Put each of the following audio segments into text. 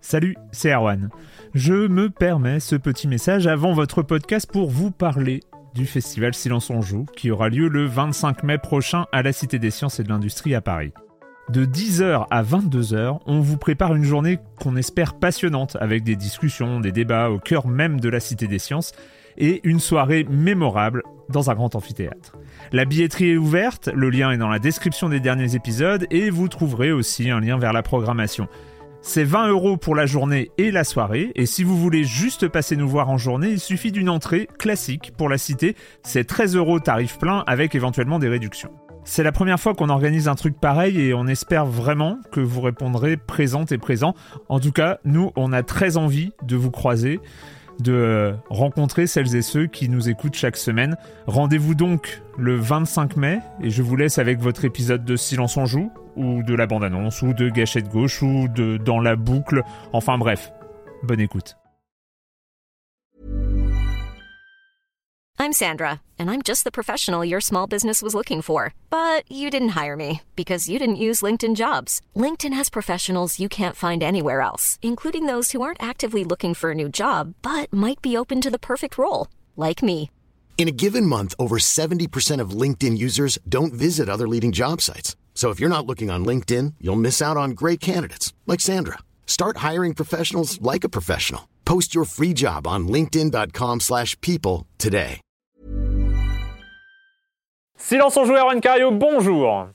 Salut, c'est Erwan. Je me permets ce petit message avant votre podcast pour vous parler du festival Silence on Joue qui aura lieu le 25 mai prochain à la Cité des Sciences et de l'Industrie à Paris. De 10h à 22h, on vous prépare une journée qu'on espère passionnante avec des discussions, des débats au cœur même de la Cité des Sciences et une soirée mémorable dans un grand amphithéâtre. La billetterie est ouverte, le lien est dans la description des derniers épisodes et vous trouverez aussi un lien vers la programmation. C'est 20 € pour la journée et la soirée, et si vous voulez juste passer nous voir en journée, il suffit d'une entrée classique pour la cité, c'est 13 € tarif plein avec éventuellement des réductions. C'est la première fois qu'on organise un truc pareil et on espère vraiment que vous répondrez présentes et présents. En tout cas, nous, on a très envie de vous croiser, de rencontrer celles et ceux qui nous écoutent chaque semaine. Rendez-vous donc le 25 mai et je vous laisse avec votre épisode de Silence on Joue, ou de la bande-annonce, ou de Gâchette Gauche, ou de Dans la boucle, enfin bref, bonne écoute. I'm Sandra, and I'm just the professional your small business was looking for. But you didn't hire me, because you didn't use LinkedIn Jobs. LinkedIn has professionals you can't find anywhere else, including those who aren't actively looking for a new job, but might be open to the perfect role, like me. In a given month, over 70% of LinkedIn users don't visit other leading job sites. So if you're not looking on LinkedIn, you'll miss out on great candidates like Sandra. Start hiring professionals like a professional. Post your free job on linkedin.com/people today. Silence on Joue, Erwan Cario, bonjour.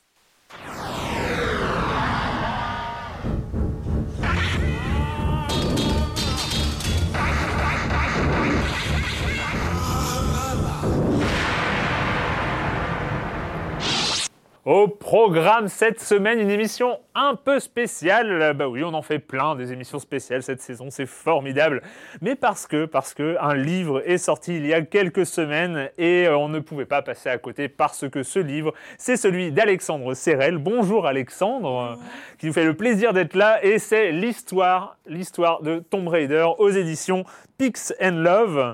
Au programme cette semaine, une émission un peu spéciale. Bah oui, on en fait plein des émissions spéciales cette saison, c'est formidable. Mais parce que un livre est sorti il y a quelques semaines et on ne pouvait pas passer à côté parce que ce livre, c'est celui d'Alexandre Sérel. Bonjour Alexandre, qui nous fait le plaisir d'être là et c'est l'histoire de Tomb Raider aux éditions Pix and Love.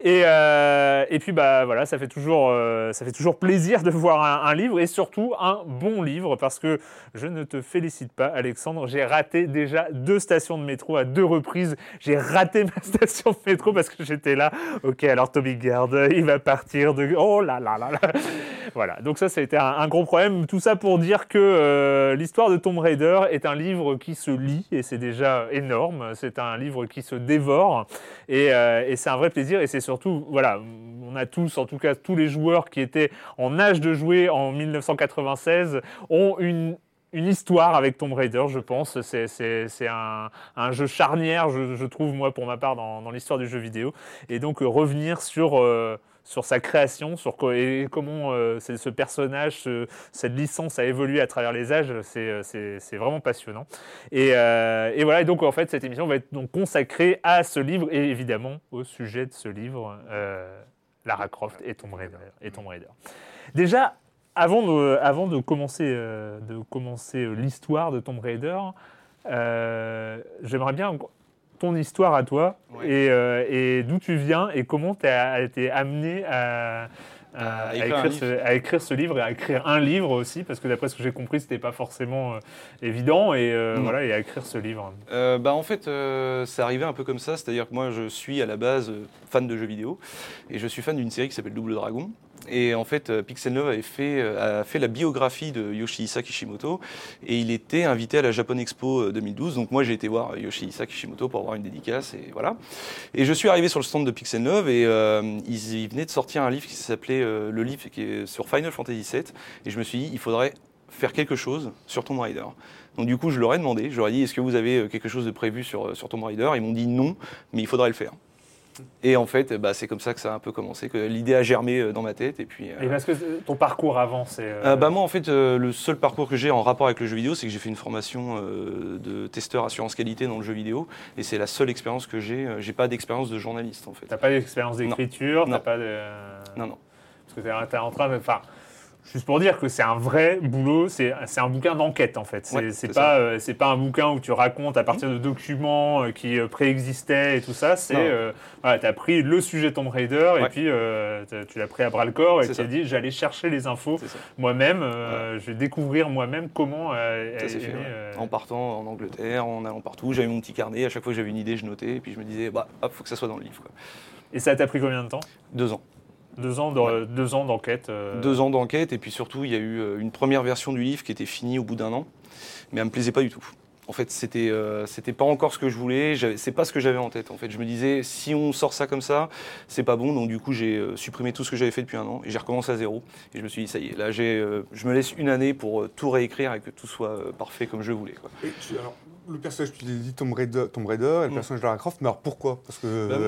Et puis bah voilà, ça fait toujours plaisir de voir un livre et surtout un bon livre parce que je ne te félicite pas Alexandre, j'ai raté déjà 2 stations de métro à 2 reprises. J'ai raté ma station de métro parce que j'étais là. Ok, alors Toby Gard, il va partir de. Oh là là là là. Voilà, donc ça a été un gros problème. Tout ça pour dire que l'histoire de Tomb Raider est un livre qui se lit et c'est déjà énorme. C'est un livre qui se dévore et c'est un vrai plaisir et c'est surtout, voilà, on a tous, en tout cas tous les joueurs qui étaient en âge de jouer en 1996 ont une histoire avec Tomb Raider, je pense. C'est un jeu charnière, je trouve, moi, pour ma part, dans l'histoire du jeu vidéo. Et donc, revenir sur sa création, sur comment ce personnage, cette licence a évolué à travers les âges, c'est vraiment passionnant. Et voilà, et donc en fait, cette émission va être donc consacrée à ce livre et évidemment au sujet de ce livre, Lara Croft et Tomb Raider. Déjà, avant de commencer l'histoire de Tomb Raider, j'aimerais bien ton histoire à toi, ouais. Et d'où tu viens et comment tu as été amené à écrire ce livre et à écrire un livre aussi, parce que d'après ce que j'ai compris, c'était pas forcément évident, et voilà, et à écrire ce livre. En fait, c'est arrivé un peu comme ça, c'est-à-dire que moi je suis à la base fan de jeux vidéo, et je suis fan d'une série qui s'appelle Double Dragon. Et en fait, Pix and Love a fait la biographie de Yoshihisa Kishimoto et il était invité à la Japan Expo 2012. Donc moi, j'ai été voir Yoshihisa Kishimoto pour avoir une dédicace et voilà. Et je suis arrivé sur le stand de Pix and Love et ils venaient de sortir un livre qui s'appelait le livre qui est sur Final Fantasy VII. Et je me suis dit, il faudrait faire quelque chose sur Tomb Raider. Donc du coup, je leur ai demandé, je leur ai dit, est-ce que vous avez quelque chose de prévu sur Tomb Raider ? Ils m'ont dit non, mais il faudrait le faire. Et en fait, c'est comme ça que ça a un peu commencé, que l'idée a germé dans ma tête. Et puis. Et parce que ton parcours avant, c'est. Moi, en fait, le seul parcours que j'ai en rapport avec le jeu vidéo, c'est que j'ai fait une formation de testeur assurance qualité dans le jeu vidéo, et c'est la seule expérience que j'ai. J'ai pas d'expérience de journaliste, en fait. T'as pas d'expérience d'écriture, non. T'as pas de. Non. Parce que t'es en train de. Enfin, Juste pour dire que c'est un vrai boulot, c'est un bouquin d'enquête en fait. C'est pas un bouquin où tu racontes à partir de documents qui préexistaient et tout ça. Voilà, tu as pris le sujet Tomb Raider et puis tu l'as pris à bras le corps et tu as dit j'allais chercher les infos moi-même, je vais découvrir moi-même comment ça s'est fait. En partant en Angleterre, en allant partout, j'avais mon petit carnet, à chaque fois que j'avais une idée, je notais et puis je me disais faut que ça soit dans le livre, quoi. Et ça t'a pris combien de temps ? 2 ans. 2 ans d'enquête. 2 ans d'enquête, et puis surtout, il y a eu une première version du livre qui était finie au bout d'1 an, mais elle me plaisait pas du tout. En fait, c'était pas encore ce que je voulais, c'est pas ce que j'avais en tête. En fait, je me disais, si on sort ça comme ça, c'est pas bon. Donc du coup, j'ai supprimé tout ce que j'avais fait depuis 1 an et j'ai recommencé à zéro. Et je me suis dit, ça y est, là, je me laisse 1 année pour tout réécrire et que tout soit parfait comme je voulais, quoi. Et alors, le personnage, tu l'as dit, Tomb Raider et le personnage de Lara Croft, mais alors pourquoi ? Parce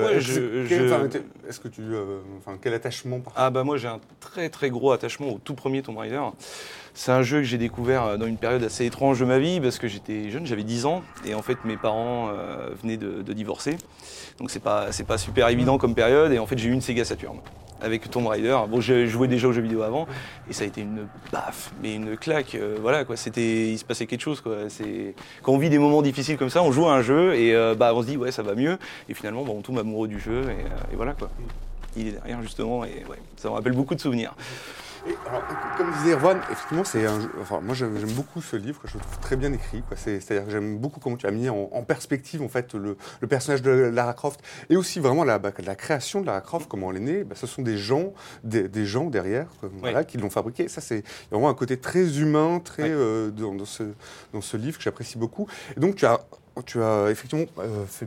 que est-ce que tu, quel attachement moi, j'ai un très très gros attachement au tout premier Tomb Raider. C'est un jeu que j'ai découvert dans une période assez étrange de ma vie parce que j'étais jeune, j'avais 10 ans et en fait mes parents venaient de divorcer. Donc c'est pas super évident comme période et en fait j'ai eu une Sega Saturn avec Tomb Raider. Bon, je jouais déjà aux jeux vidéo avant et ça a été une baffe, mais une claque. Voilà quoi, il se passait quelque chose quoi. Quand on vit des moments difficiles comme ça, on joue à un jeu et on se dit ouais ça va mieux et finalement on tombe amoureux du jeu et voilà quoi. Il est derrière justement et ça me rappelle beaucoup de souvenirs. Et alors, comme disait Erwan, effectivement, c'est un jeu. Moi, j'aime beaucoup ce livre, je le trouve très bien écrit. C'est-à-dire que j'aime beaucoup comment tu as mis en perspective en fait le personnage de Lara Croft et aussi vraiment la création de Lara Croft, comment elle est née. Ce sont des gens derrière, qui l'ont fabriquée. Ça, c'est vraiment un côté très humain, très dans ce livre que j'apprécie beaucoup. Et donc, tu as effectivement fait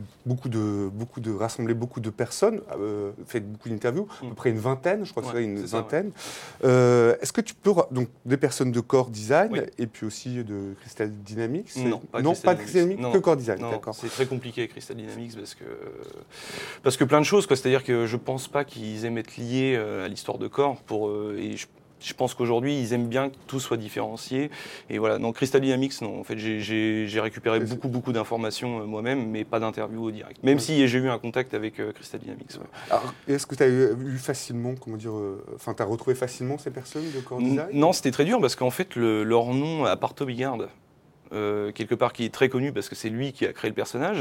rassemblé beaucoup de personnes, fait beaucoup d'interviews, à peu près une vingtaine, je crois que c'est une vingtaine. Est-ce que tu peux donc des personnes de Core Design et puis aussi de Crystal Dynamics? Non, pas de Crystal Dynamics, que Core Design. Non, d'accord. C'est très compliqué avec Crystal Dynamics parce que plein de choses quoi. C'est-à-dire que je pense pas qu'ils aiment être liés à l'histoire de Core et je pense qu'aujourd'hui, ils aiment bien que tout soit différencié. Et voilà, dans Crystal Dynamics, non. En fait, j'ai récupéré beaucoup d'informations moi-même, mais pas d'interview au direct. Même si j'ai eu un contact avec Crystal Dynamics. Ouais. Alors, est-ce que tu as eu facilement, tu as retrouvé facilement ces personnes de Core Design ? Non, c'était très dur parce qu'en fait, leur nom, à part Toby Gard, quelque part qui est très connu parce que c'est lui qui a créé le personnage.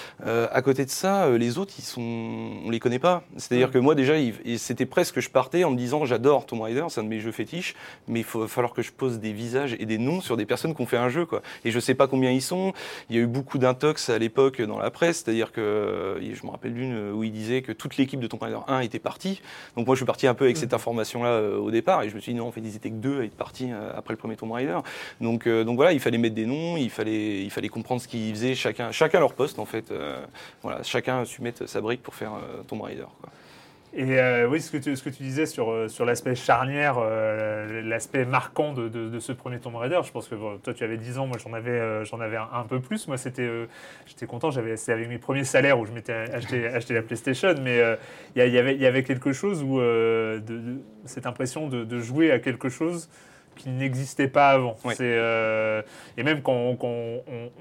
À côté de ça, les autres, on les connaît pas. C'est-à-dire que moi déjà, c'était presque que je partais en me disant j'adore Tomb Raider, c'est un de mes jeux fétiches, mais il va falloir que je pose des visages et des noms sur des personnes qui ont fait un jeu, quoi. Et je sais pas combien ils sont. Il y a eu beaucoup d'intox à l'époque dans la presse, c'est-à-dire que je me rappelle d'une où il disait que toute l'équipe de Tomb Raider 1 était partie. Donc moi je suis parti un peu avec cette information-là au départ et je me suis dit non, en fait ils étaient que 2 à être partis après le premier Tomb Raider. Donc voilà, il fallait mettre des noms. Il fallait comprendre ce qu'ils faisaient, chacun leur poste en fait. Chacun a su mettre sa brique pour faire Tomb Raider, quoi. Et oui, ce que tu disais sur l'aspect charnière, l'aspect marquant de ce premier Tomb Raider, je pense que toi tu avais 10 ans, moi j'en avais un peu plus. Moi j'étais content, c'était avec mes premiers salaires où je m'étais acheté la PlayStation, mais il y avait quelque chose où cette impression de jouer à quelque chose qui n'existait pas avant. Ouais. Et même quand on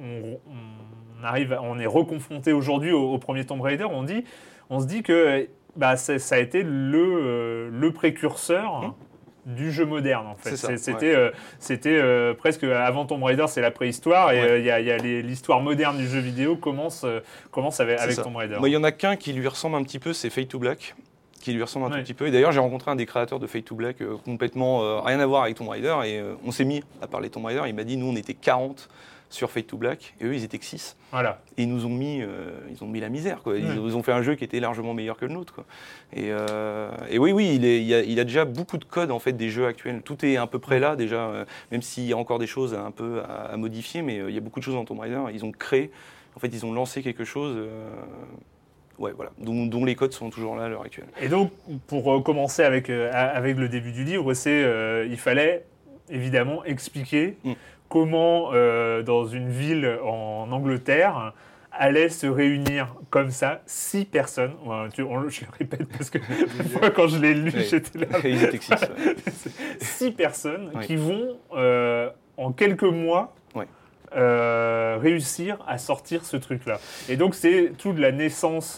est reconfronté aujourd'hui au premier Tomb Raider, on se dit que ça a été le précurseur du jeu moderne en fait. C'était presque avant Tomb Raider, c'est la préhistoire et il y a l'histoire moderne du jeu vidéo commence avec Tomb Raider. Moi, il y en a qu'un qui lui ressemble un petit peu, c'est Fade to Black. Qui lui ressemble un tout petit peu. Et d'ailleurs, j'ai rencontré un des créateurs de Fade to Black complètement rien à voir avec Tomb Raider. Et on s'est mis à parler Tomb Raider. Il m'a dit, nous, on était 40 sur Fade to Black. Et eux, ils étaient que 6. Voilà. Et ils nous ont mis la misère, quoi. Ils ont fait un jeu qui était largement meilleur que le nôtre, quoi. Et oui, il a déjà beaucoup de codes, en fait, des jeux actuels. Tout est à peu près là, déjà. Même s'il y a encore des choses un peu à modifier. Mais il y a beaucoup de choses dans Tomb Raider. Ils ont créé, en fait, ils ont lancé quelque chose... voilà, dont les codes sont toujours là à l'heure actuelle. Et donc, pour commencer avec le début du livre, il fallait évidemment expliquer comment, dans une ville en Angleterre, allaient se réunir comme ça 6 personnes. Je le répète parce que moi, quand je l'ai lu, j'étais là. Ils étaient 6. 6 personnes qui vont, en quelques mois, réussir à sortir ce truc-là. Et donc c'est toute la naissance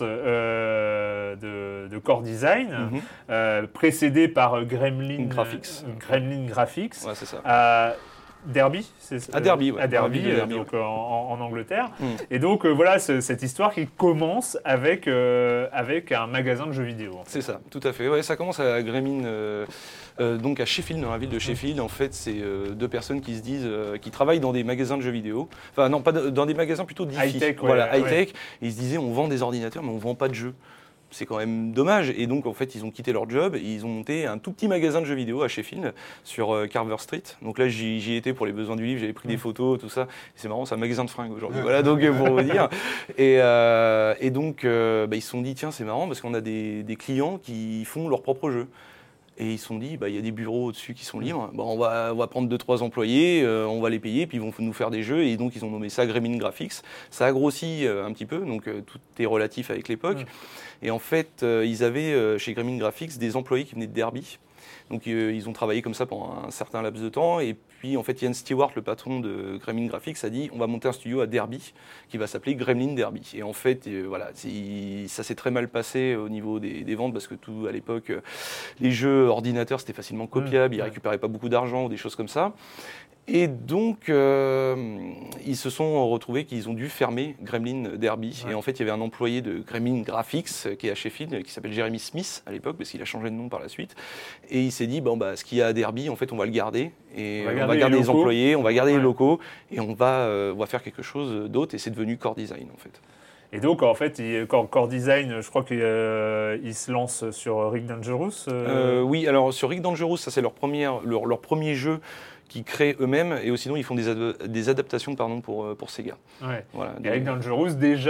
de Core Design, précédée par Gremlin Graphics. Ouais, c'est ça. Derby, à Derby, ouais. À Derby, donc en Angleterre. Et donc voilà cette histoire qui commence avec un magasin de jeux vidéo. C'est ça, tout à fait. Ouais, ça commence à Gremlin, donc à Sheffield, dans la ville de Sheffield. En fait, c'est deux personnes qui se disent, qui travaillent dans des magasins de jeux vidéo. Enfin non, pas dans des magasins plutôt high-tech. Voilà, high-tech. Et ils se disaient, on vend des ordinateurs, mais on vend pas de jeux. C'est quand même dommage. Et donc, en fait, ils ont quitté leur job et ils ont monté un tout petit magasin de jeux vidéo à Sheffield, sur Carver Street. Donc là, j'y étais pour les besoins du livre, j'avais pris des photos, tout ça. Et c'est marrant, c'est un magasin de fringues aujourd'hui. Voilà, donc pour vous dire. Et donc, ils se sont dit, tiens, c'est marrant parce qu'on a des clients qui font leurs propres jeux. Et ils se sont dit, il y a des bureaux au-dessus qui sont libres, on va prendre 2-3 employés, on va les payer, puis ils vont nous faire des jeux. Et donc, ils ont nommé ça Gremlin Graphics. Ça a grossi un petit peu, donc tout est relatif avec l'époque. Et en fait, ils avaient chez Gremlin Graphics des employés qui venaient de Derby. Donc ils ont travaillé comme ça pendant un certain laps de temps. Et puis en fait, Ian Stewart, le patron de Gremlin Graphics, a dit on va monter un studio à Derby qui va s'appeler Gremlin Derby. Et en fait, voilà, ça s'est très mal passé au niveau des ventes parce que tout à l'époque, les jeux ordinateurs c'était facilement copiable, ils récupéraient pas beaucoup d'argent ou des choses comme ça. Et donc, ils se sont retrouvés qu'ils ont dû fermer Gremlin Derby. Ouais. Et en fait, il y avait un employé de Gremlin Graphics qui est à Sheffield, qui s'appelle Jeremy Smith à l'époque, parce qu'il a changé de nom par la suite. Et il s'est dit, ce qu'il y a à Derby, en fait, on va le garder. Et on va garder les employés, on va garder les locaux, et on va faire quelque chose d'autre. Et c'est devenu Core Design, en fait. Et donc, en fait, Core Design, je crois qu'il se lance sur Rick Dangerous. Oui, alors sur Rick Dangerous, ça c'est leur premier jeu qu'ils créent eux-mêmes, et sinon ils font des adaptations pour Sega. Ouais. Voilà, et Rick Dangerous,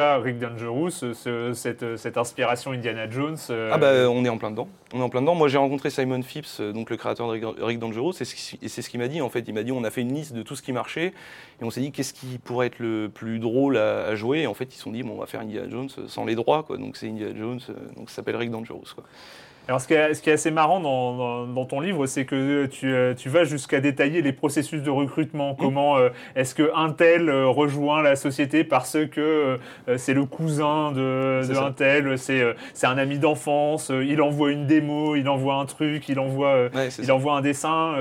cette inspiration Indiana Jones... on est en plein dedans. Moi j'ai rencontré Simon Phipps, donc le créateur de Rick Dangerous, et c'est ce qu'il m'a dit en fait. Il m'a dit on a fait une liste de tout ce qui marchait, et on s'est dit qu'est-ce qui pourrait être le plus drôle à jouer, et en fait ils se sont dit on va faire Indiana Jones sans les droits, quoi. Donc c'est Indiana Jones, donc ça s'appelle Rick Dangerous, quoi. Alors, ce qui est assez marrant dans ton livre, c'est que tu vas jusqu'à détailler les processus de recrutement. Comment est-ce qu'un tel rejoint la société parce que c'est le cousin d'un tel, c'est un ami d'enfance, il envoie une démo, il envoie un truc, il envoie un dessin.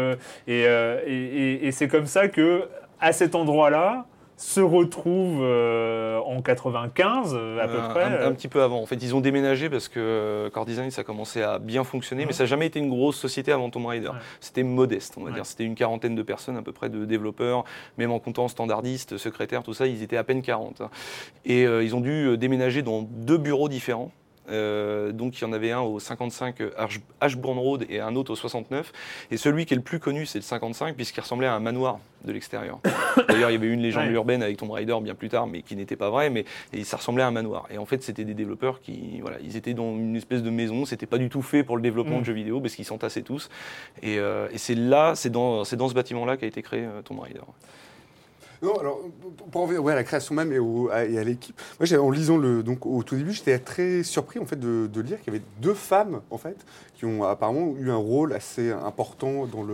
Et c'est comme ça qu'à cet endroit-là, se retrouve en 95 à peu près. Un petit peu avant. En fait, ils ont déménagé parce que Core Design, ça commençait à bien fonctionner, mais ça n'a jamais été une grosse société avant Tomb Raider. Ouais. C'était modeste, on va dire. C'était une quarantaine de personnes, à peu près, de développeurs, même en comptant standardistes, secrétaires, tout ça, ils étaient à peine 40. Et ils ont dû déménager dans 2 bureaux différents. Donc il y en avait un au 55 Ashbourne Road et un autre au 69. Et celui qui est le plus connu, c'est le 55, puisqu'il ressemblait à un manoir de l'extérieur. D'ailleurs, il y avait une légende urbaine avec Tomb Raider bien plus tard, mais qui n'était pas vraie, mais ça ressemblait à un manoir. Et en fait, c'était des développeurs qui, ils étaient dans une espèce de maison. C'était pas du tout fait pour le développement de jeux vidéo, parce qu'ils s'entassaient tous. Et c'est dans ce bâtiment-là qu'a été créé Tomb Raider. Non, alors, pour en venir à la création même et à l'équipe, moi, en lisant donc, au tout début, j'étais très surpris en fait, de lire qu'il y avait 2 femmes en fait, qui ont apparemment eu un rôle assez important dans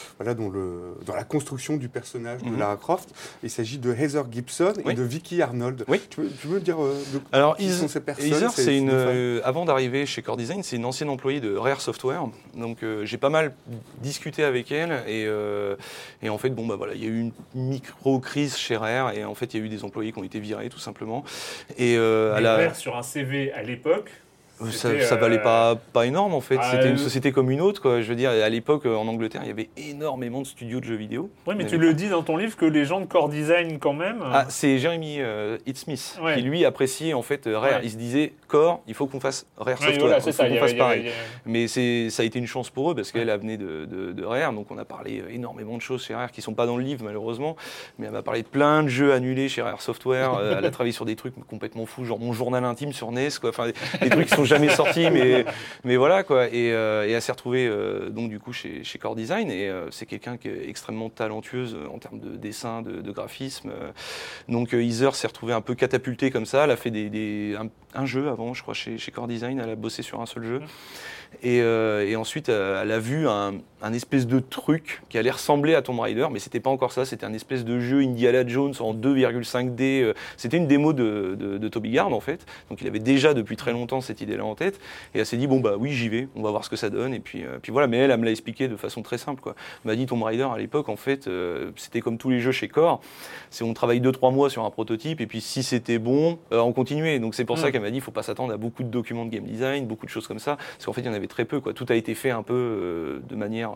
la construction du personnage de Lara Croft. Il s'agit de Heather Gibson et de Vicky Arnold. Oui. Tu veux dire qui sont ces personnes? Heather, avant d'arriver chez Core Design, c'est une ancienne employée de Rare Software. Donc j'ai pas mal discuté avec elle et en fait, il y a eu une micro-crise chez Rare et en fait, il y a eu des employés qui ont été virés tout simplement. Et Rare sur un CV à l'époque. Ça valait pas énorme en fait, c'était une société comme une autre, quoi. Je veux dire, à l'époque en Angleterre il y avait énormément de studios de jeux vidéo. Oui, mais tu le dis dans ton livre que les gens de Core Design quand même... c'est Jeremy Smith qui lui appréciait en fait Rare, il se disait Core, il faut qu'on fasse Rare Software, voilà, il faut qu'on fasse pareil. Mais ça a été une chance pour eux parce qu'elle venait de Rare, donc on a parlé énormément de choses chez Rare qui sont pas dans le livre malheureusement, mais elle m'a parlé de plein de jeux annulés chez Rare Software, elle a travaillé sur des trucs complètement fous, genre mon journal intime sur NES, quoi. Enfin des trucs qui sont jamais sorti, mais voilà quoi. Et elle s'est retrouvée donc du coup chez Core Design et c'est quelqu'un qui est extrêmement talentueuse en termes de dessin, de graphisme. Donc Heather s'est retrouvée un peu catapultée comme ça. Elle a fait un jeu avant, je crois, chez Core Design. Elle a bossé sur un seul jeu. Et ensuite, elle a vu un espèce de truc qui allait ressembler à Tomb Raider, mais c'était pas encore ça, c'était un espèce de jeu Indiana Jones en 2,5D. C'était une démo de Toby Gard en fait, donc il avait déjà depuis très longtemps cette idée-là en tête, et elle s'est dit bon bah oui j'y vais, on va voir ce que ça donne, et puis voilà, mais elle me l'a expliqué de façon très simple quoi. Elle m'a dit Tomb Raider à l'époque en fait, c'était comme tous les jeux chez Core, c'est on travaille 2-3 mois sur un prototype, et puis si c'était bon, on continuait, donc c'est pour ça qu'elle m'a dit il faut pas s'attendre à beaucoup de documents de game design, beaucoup de choses comme ça, parce qu'en fait il y en avait très peu quoi, tout a été fait un peu de manière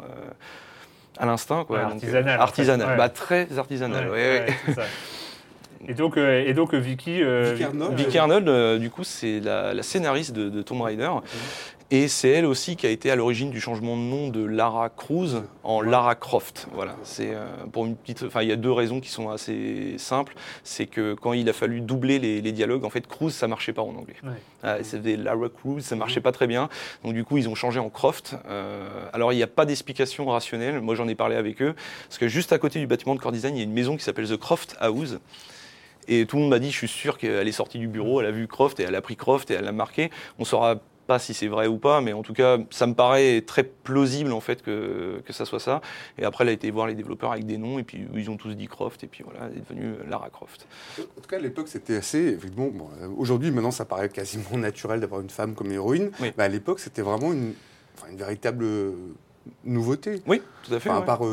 à l'instinct quoi, artisanal. Artisanal, ouais. bah très artisanal. Ouais. C'est ça. Et donc Vicky Arnold, du coup, c'est la scénariste de Tomb Raider. Et c'est elle aussi qui a été à l'origine du changement de nom de Lara Cruz en Lara Croft. Voilà, c'est pour une petite. Enfin, il y a deux raisons qui sont assez simples. C'est que quand il a fallu doubler les dialogues, en fait, Cruz ça marchait pas en anglais. C'était Lara Cruz, ça marchait pas très bien. Donc du coup, ils ont changé en Croft. Alors il n'y a pas d'explication rationnelle. Moi, j'en ai parlé avec eux parce que juste à côté du bâtiment de Core Design, il y a une maison qui s'appelle The Croft House. Et tout le monde m'a dit, je suis sûr qu'elle est sortie du bureau, elle a vu Croft et elle a pris Croft et elle l'a marqué. On saura pas si c'est vrai ou pas, mais en tout cas, ça me paraît très plausible en fait que ça soit ça. Et après, elle a été voir les développeurs avec des noms et puis ils ont tous dit Croft et puis voilà, elle est devenue Lara Croft. En tout cas, à l'époque, c'était assez. Évidemment, aujourd'hui, maintenant, ça paraît quasiment naturel d'avoir une femme comme héroïne. Oui. Mais à l'époque, c'était vraiment une véritable nouveauté. Oui, tout à fait. Enfin, ouais. par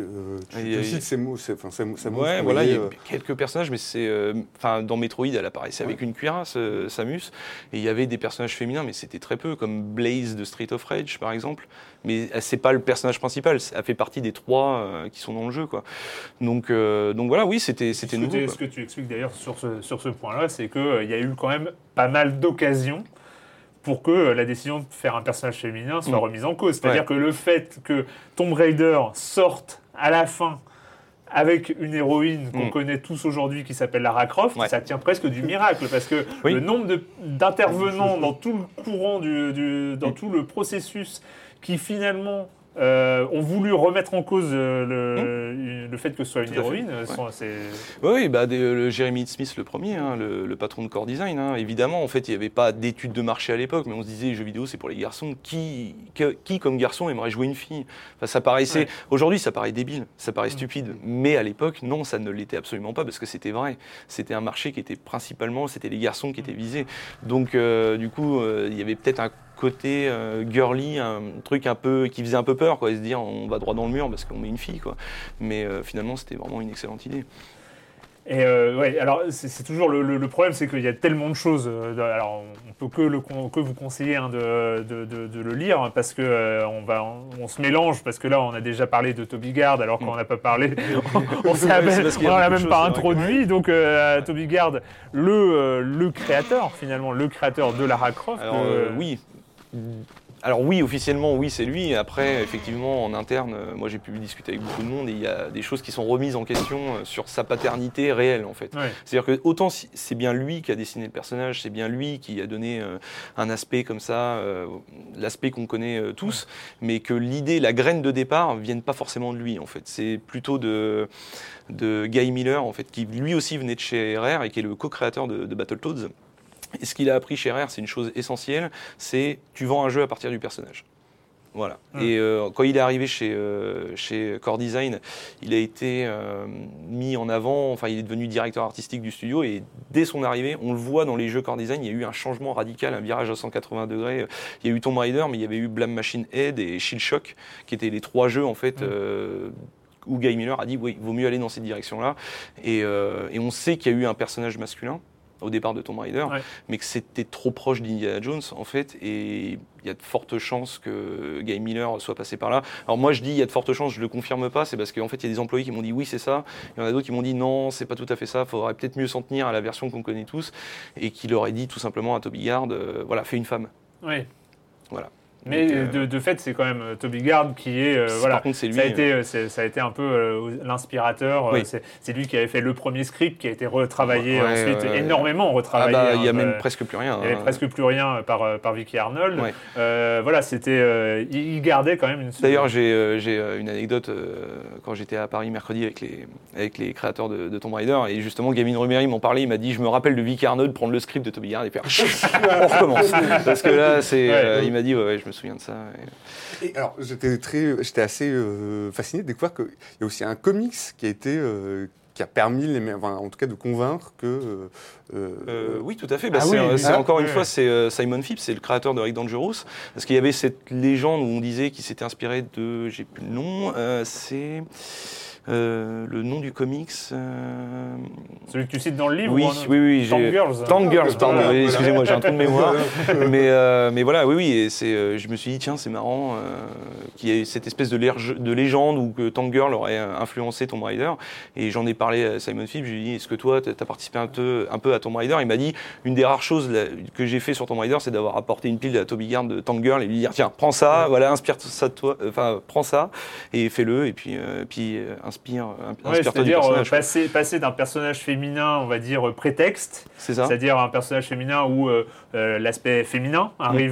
tu cites ces mots, Ouais, voilà, il y a quelques personnages, mais c'est, dans Metroid, elle apparaissait avec une cuirasse, Samus, et il y avait des personnages féminins, mais c'était très peu, comme Blaze de Street of Rage, par exemple. Mais c'est pas le personnage principal, elle fait partie des 3 qui sont dans le jeu, quoi. Donc voilà, oui, c'était nouveau. Ce que tu expliques d'ailleurs sur ce point-là, c'est qu'il y a eu quand même pas mal d'occasions pour que la décision de faire un personnage féminin soit remise en cause. C'est-à-dire que le fait que Tomb Raider sorte à la fin avec une héroïne qu'on connaît tous aujourd'hui qui s'appelle Lara Croft, ça tient presque du miracle, parce que le nombre d'intervenants dans tout le courant, dans tout le processus qui finalement ont voulu remettre en cause le fait que ce soit une héroïne. Oui, le Jeremy Smith, le premier, le patron de Core Design, évidemment, en fait, il n'y avait pas d'études de marché à l'époque, mais on se disait, les jeux vidéo, c'est pour les garçons. Qui comme garçon, aimerait jouer une fille ? Enfin, ça paraissait... Aujourd'hui, ça paraît débile, ça paraît stupide, mais à l'époque, non, ça ne l'était absolument pas, parce que c'était vrai. C'était un marché qui était principalement, c'était les garçons qui étaient visés. Donc, du coup, il y avait peut-être un côté girly, un truc un peu qui faisait un peu peur, quoi, et se dire on va droit dans le mur parce qu'on met une fille, quoi. Mais finalement c'était vraiment une excellente idée. Et alors c'est toujours le problème, c'est qu'il y a tellement de choses. Alors on peut que vous conseiller de le lire, parce que on se mélange, parce que là on a déjà parlé de Toby Gard alors qu'on n'a pas parlé. on l'a même pas introduit. Donc Toby Gard, le créateur finalement, le créateur de Lara Croft. Alors oui, officiellement, oui, c'est lui. Après, effectivement, en interne, moi j'ai pu discuter avec beaucoup de monde et il y a des choses qui sont remises en question sur sa paternité réelle, en fait. Ouais. C'est-à-dire que autant c'est bien lui qui a dessiné le personnage, c'est bien lui qui a donné un aspect comme ça, l'aspect qu'on connaît tous, mais que l'idée, la graine de départ, vienne pas forcément de lui, en fait. C'est plutôt de Guy Miller, en fait, qui lui aussi venait de chez RR et qui est le co-créateur de Battletoads. Et ce qu'il a appris chez RR, c'est une chose essentielle, c'est tu vends un jeu à partir du personnage. Voilà. Et quand il est arrivé chez Core Design, il a été mis en avant, enfin il est devenu directeur artistique du studio, et dès son arrivée, on le voit dans les jeux Core Design, il y a eu un changement radical, un virage à 180 degrés. Il y a eu Tomb Raider, mais il y avait eu Blame Machine Head et Shield Shock, qui étaient les 3 jeux en fait où Guy Miller a dit oui, il vaut mieux aller dans cette direction-là. Et on sait qu'il y a eu un personnage masculin au départ de Tomb Raider, mais que c'était trop proche d'Indiana Jones, en fait, et il y a de fortes chances que Guy Miller soit passé par là. Alors moi, je dis il y a de fortes chances, je le confirme pas, c'est parce qu'en fait, il y a des employés qui m'ont dit oui, c'est ça, il y en a d'autres qui m'ont dit non, c'est pas tout à fait ça, faudrait peut-être mieux s'en tenir à la version qu'on connaît tous, et qui leur ait dit tout simplement à Toby Gard, voilà, fais une femme. Oui. Voilà. Mais de fait, c'est quand même Toby Gard qui est... voilà, par contre, c'est lui. Ça a été un peu l'inspirateur. Oui. C'est lui qui avait fait le premier script, qui a été retravaillé ensuite, énormément retravaillé. Il n'y a même presque plus rien. Il n'y avait presque plus rien par Vicky Arnold. Voilà, c'était... il gardait quand même une... D'ailleurs, j'ai une anecdote quand j'étais à Paris mercredi avec les créateurs de Tomb Raider, et justement, Gavin Rummery m'en parlait, il m'a dit, je me rappelle de Vicky Arnold prendre le script de Toby Gard et faire... on recommence. Parce que là, il m'a dit, me souviens de ça. Et alors, j'étais assez fasciné de découvrir qu'il y a aussi un comics qui a été... qui a permis, en tout cas, de convaincre que... oui, tout à fait. Encore une fois, c'est Simon Phipps, c'est le créateur de Rick Dangerous. Parce qu'il y avait cette légende où on disait qu'il s'était inspiré de... J'ai plus le nom. C'est... le nom du comics. Celui que tu cites dans le livre. Oui. Tank Girls, pardon. Excusez-moi, j'ai un trou de mémoire. mais voilà, oui. Et je me suis dit, tiens, c'est marrant qu'il y ait cette espèce de légende où que Tank Girl aurait influencé Tomb Raider. Et j'en ai parlé à Simon Phipps. Je lui ai dit, est-ce que toi, tu as participé un peu à Tomb Raider? Il m'a dit, une des rares choses que j'ai fait sur Tomb Raider, c'est d'avoir apporté une pile à Toby Gard de Tank Girl et lui dire, tiens, prends ça, voilà, inspire ça de toi, prends ça et fais-le. Et puis c'est-à-dire passer d'un personnage féminin, on va dire prétexte, c'est-à-dire un personnage féminin où l'aspect féminin arrive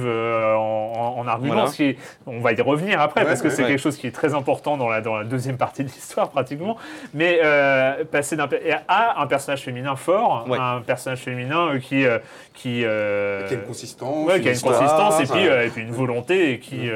en argument, voilà. On va y revenir après parce que c'est quelque chose qui est très important dans la deuxième partie de l'histoire pratiquement, mais passer à un personnage féminin fort, un personnage féminin qui a une consistance, et puis une volonté et qui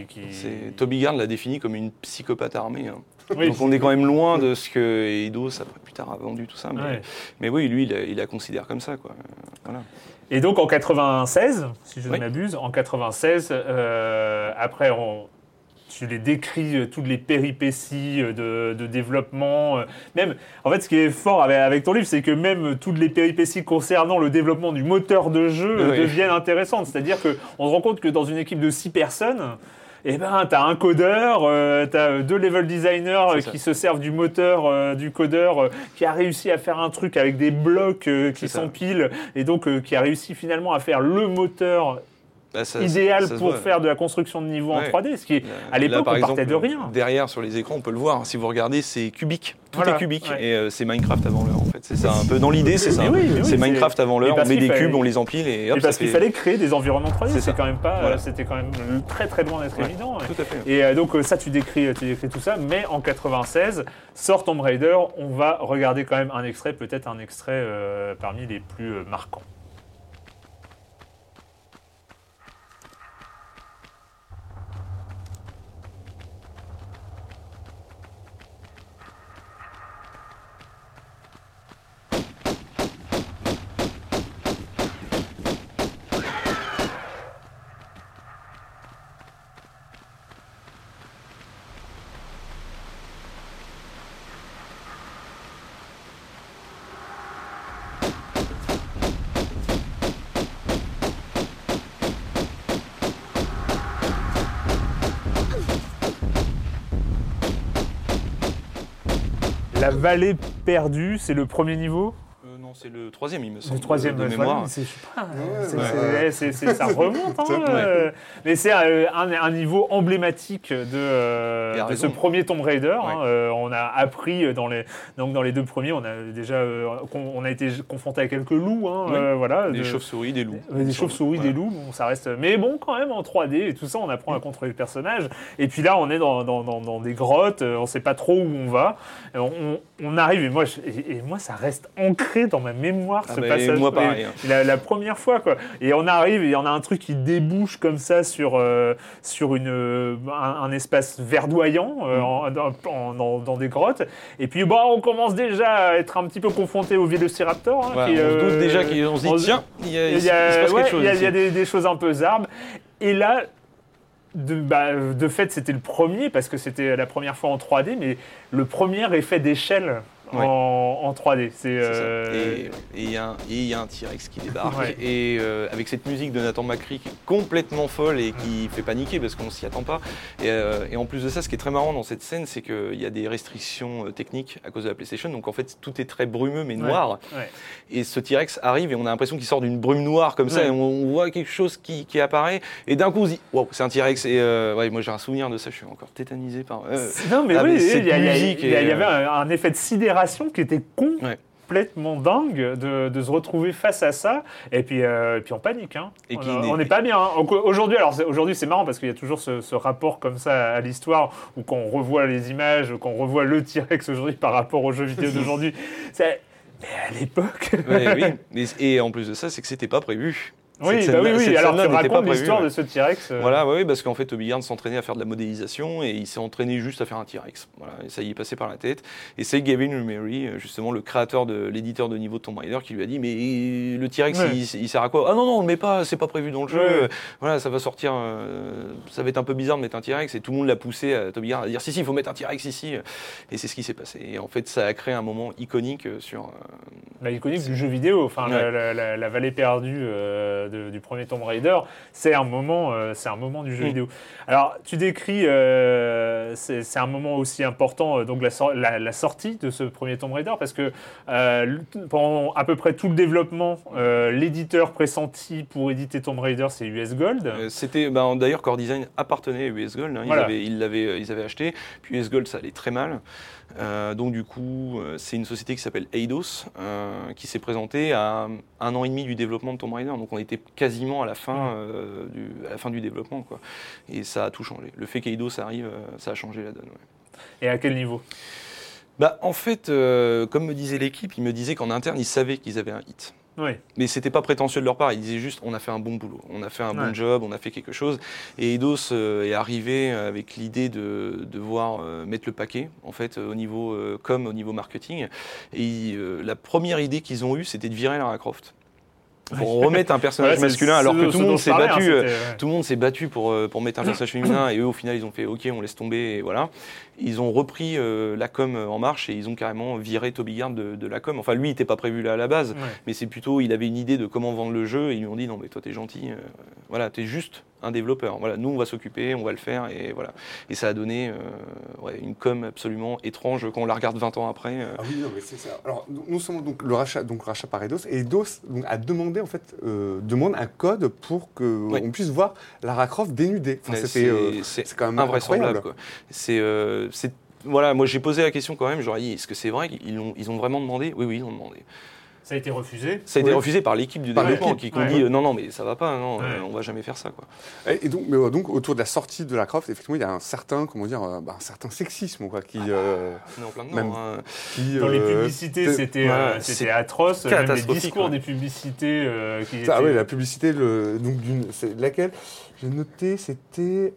Toby Gard l'a défini comme une psychopathe armée. Donc on est quand même loin de ce que Eidos après plus tard a vendu tout ça, mais oui, lui il la considère comme ça, quoi. Voilà. Et donc en 96, si je ne m'abuse, en 96, après tu les décris toutes les péripéties de développement. Même, en fait, ce qui est fort avec ton livre, c'est que même toutes les péripéties concernant le développement du moteur de jeu deviennent intéressantes. C'est-à-dire qu'on se rend compte que dans une équipe de 6 personnes, t'as un codeur, t'as 2 level designers qui se servent du moteur du codeur, qui a réussi à faire un truc avec des blocs qui s'empilent, et donc qui a réussi finalement à faire le moteur idéal pour faire de la construction de niveau en 3D, ce qui à l'époque on partait de rien. Derrière sur les écrans on peut le voir, si vous regardez c'est cubique, tout est cubique et c'est Minecraft avant l'heure en fait, c'est ça un peu dans l'idée, c'est ça, c'est Minecraft avant l'heure, on met des cubes, on les empile et hop, parce qu'il fallait créer des environnements 3D, c'est quand même pas, c'était quand même très très loin d'être évident. Tout à fait. Et donc ça tu décris tout ça, mais en 96 sort Tomb Raider, on va regarder quand même un extrait, peut-être un extrait parmi les plus marquants. La vallée perdue, c'est le premier niveau ? Non, c'est le 3e, il me semble. Le 3e de mémoire. Ça remonte. Mais c'est un niveau emblématique de ce premier Tomb Raider. On a appris dans les 2 premiers, on a été confronté à quelques loups. Des chauves-souris, des loups. Des chauves-souris, des loups, bon, ça reste. Mais bon, quand même en 3D et tout ça, on apprend à contrôler le personnage. Et puis là, on est dans des grottes, on ne sait pas trop où on va. On arrive et moi, ça reste ancré dans ma mémoire ce passage. Moi pareil. La première fois quoi. Et on arrive et il y en a un truc qui débouche comme ça sur un espace verdoyant dans des grottes. Et puis on commence déjà à être un petit peu confronté au Vélociraptor. On se doute déjà qu'on se dit tiens, il se passe quelque chose. Il y a des choses un peu zarbes. Et là, de fait, c'était le premier parce que c'était la première fois en 3D, mais le premier effet d'échelle. En 3D. Et il y a un T-Rex qui débarque. Et avec cette musique de Nathan Macri qui est complètement folle et qui fait paniquer parce qu'on ne s'y attend pas. Et en plus de ça, ce qui est très marrant dans cette scène, c'est qu'il y a des restrictions techniques à cause de la PlayStation. Donc en fait, tout est très brumeux mais noir. Et ce T-Rex arrive et on a l'impression qu'il sort d'une brume noire comme ça. Et on voit quelque chose qui apparaît. Et d'un coup, on se dit wow, c'est un T-Rex. Et moi j'ai un souvenir de ça. Je suis encore tétanisé par. Non, mais cette musique. Il y avait un effet de sidération qui était complètement dingue de se retrouver face à ça et puis on panique on n'est pas bien aujourd'hui c'est marrant parce qu'il y a toujours ce rapport comme ça à l'histoire où quand on revoit les images, quand on revoit le T-Rex aujourd'hui par rapport aux jeux vidéo d'aujourd'hui, mais à l'époque et en plus de ça c'est que c'était pas prévu. Oui, Cette bah oui, scène-là alors tu n'était pas racontes prévue, l'histoire ouais. de ce T-Rex. Voilà, oui, parce qu'en fait, Toby Gard s'entraînait à faire de la modélisation et il s'est entraîné juste à faire un T-Rex. Voilà, et ça y est passé par la tête. Et c'est Gavin Rumery, justement le créateur l'éditeur de niveau de Tomb Raider, qui lui a dit mais le T-Rex, il sert à quoi? Ah non, on le met pas, c'est pas prévu dans le jeu. Voilà, ça va sortir, ça va être un peu bizarre de mettre un T-Rex. Et tout le monde l'a poussé à Toby Gard à dire si, il faut mettre un T-Rex ici. Et c'est ce qui s'est passé. Et en fait, ça a créé un moment iconique sur. Iconique du jeu vidéo, enfin la vallée perdue du premier Tomb Raider, c'est un moment du jeu vidéo. Alors tu décris, c'est un moment aussi important, donc la sortie de ce premier Tomb Raider, parce que pendant à peu près tout le développement, l'éditeur pressenti pour éditer Tomb Raider, c'est US Gold. C'était d'ailleurs Core Design appartenait à US Gold, hein, voilà. Ils avaient acheté, puis US Gold ça allait très mal. Donc du coup, c'est une société qui s'appelle Eidos, qui s'est présentée à 1 an et demi du développement de Tomb Raider. Donc on était quasiment à la fin du développement, quoi. Et ça a tout changé. Le fait qu'Eidos arrive, ça a changé la donne. Ouais. Et à quel niveau ? En fait, comme me disait l'équipe, ils me disaient qu'en interne, ils savaient qu'ils avaient un hit. Oui. Mais c'était pas prétentieux de leur part, ils disaient juste on a fait un bon boulot, on a fait un bon job, on a fait quelque chose. Et Eidos est arrivé avec l'idée de devoir mettre le paquet en fait au niveau com, au niveau marketing. Et la première idée qu'ils ont eue, c'était de virer Lara Croft. Pour remettre un personnage masculin, alors que tout le monde s'est battu, tout le monde s'est battu pour mettre un personnage féminin, et eux au final ils ont fait ok, on laisse tomber, et voilà. Ils ont repris la com en marche et ils ont carrément viré Toby Gard de la com. Enfin lui il n'était pas prévu là à la base, mais c'est plutôt il avait une idée de comment vendre le jeu et ils lui ont dit non mais toi t'es gentil, voilà t'es juste un développeur. Voilà, nous on va s'occuper, on va le faire et voilà. Et ça a donné une com absolument étrange quand on la regarde 20 ans après. Ah oui, non mais c'est ça. Alors non seulement donc le rachat par Eidos, et Eidos a demandé en fait demande un code pour que on puisse voir Lara Croft dénudée. Enfin, c'est quand même invraisemblable quoi. Voilà, moi j'ai posé la question quand même, j'aurais dit est-ce que c'est vrai qu'ils ont vraiment demandé ? Oui, ils ont demandé. Ça a été refusé ? Ça a été refusé par l'équipe du développement qui ont dit non mais ça va pas, non, on va jamais faire ça quoi. Et donc autour de la sortie de Lara Croft, effectivement il y a un certain un certain sexisme quoi qui on est en plein dedans. Dans les publicités c'était atroce, même les discours des publicités qui étaient... Ah oui, la publicité c'est laquelle j'ai noté, c'était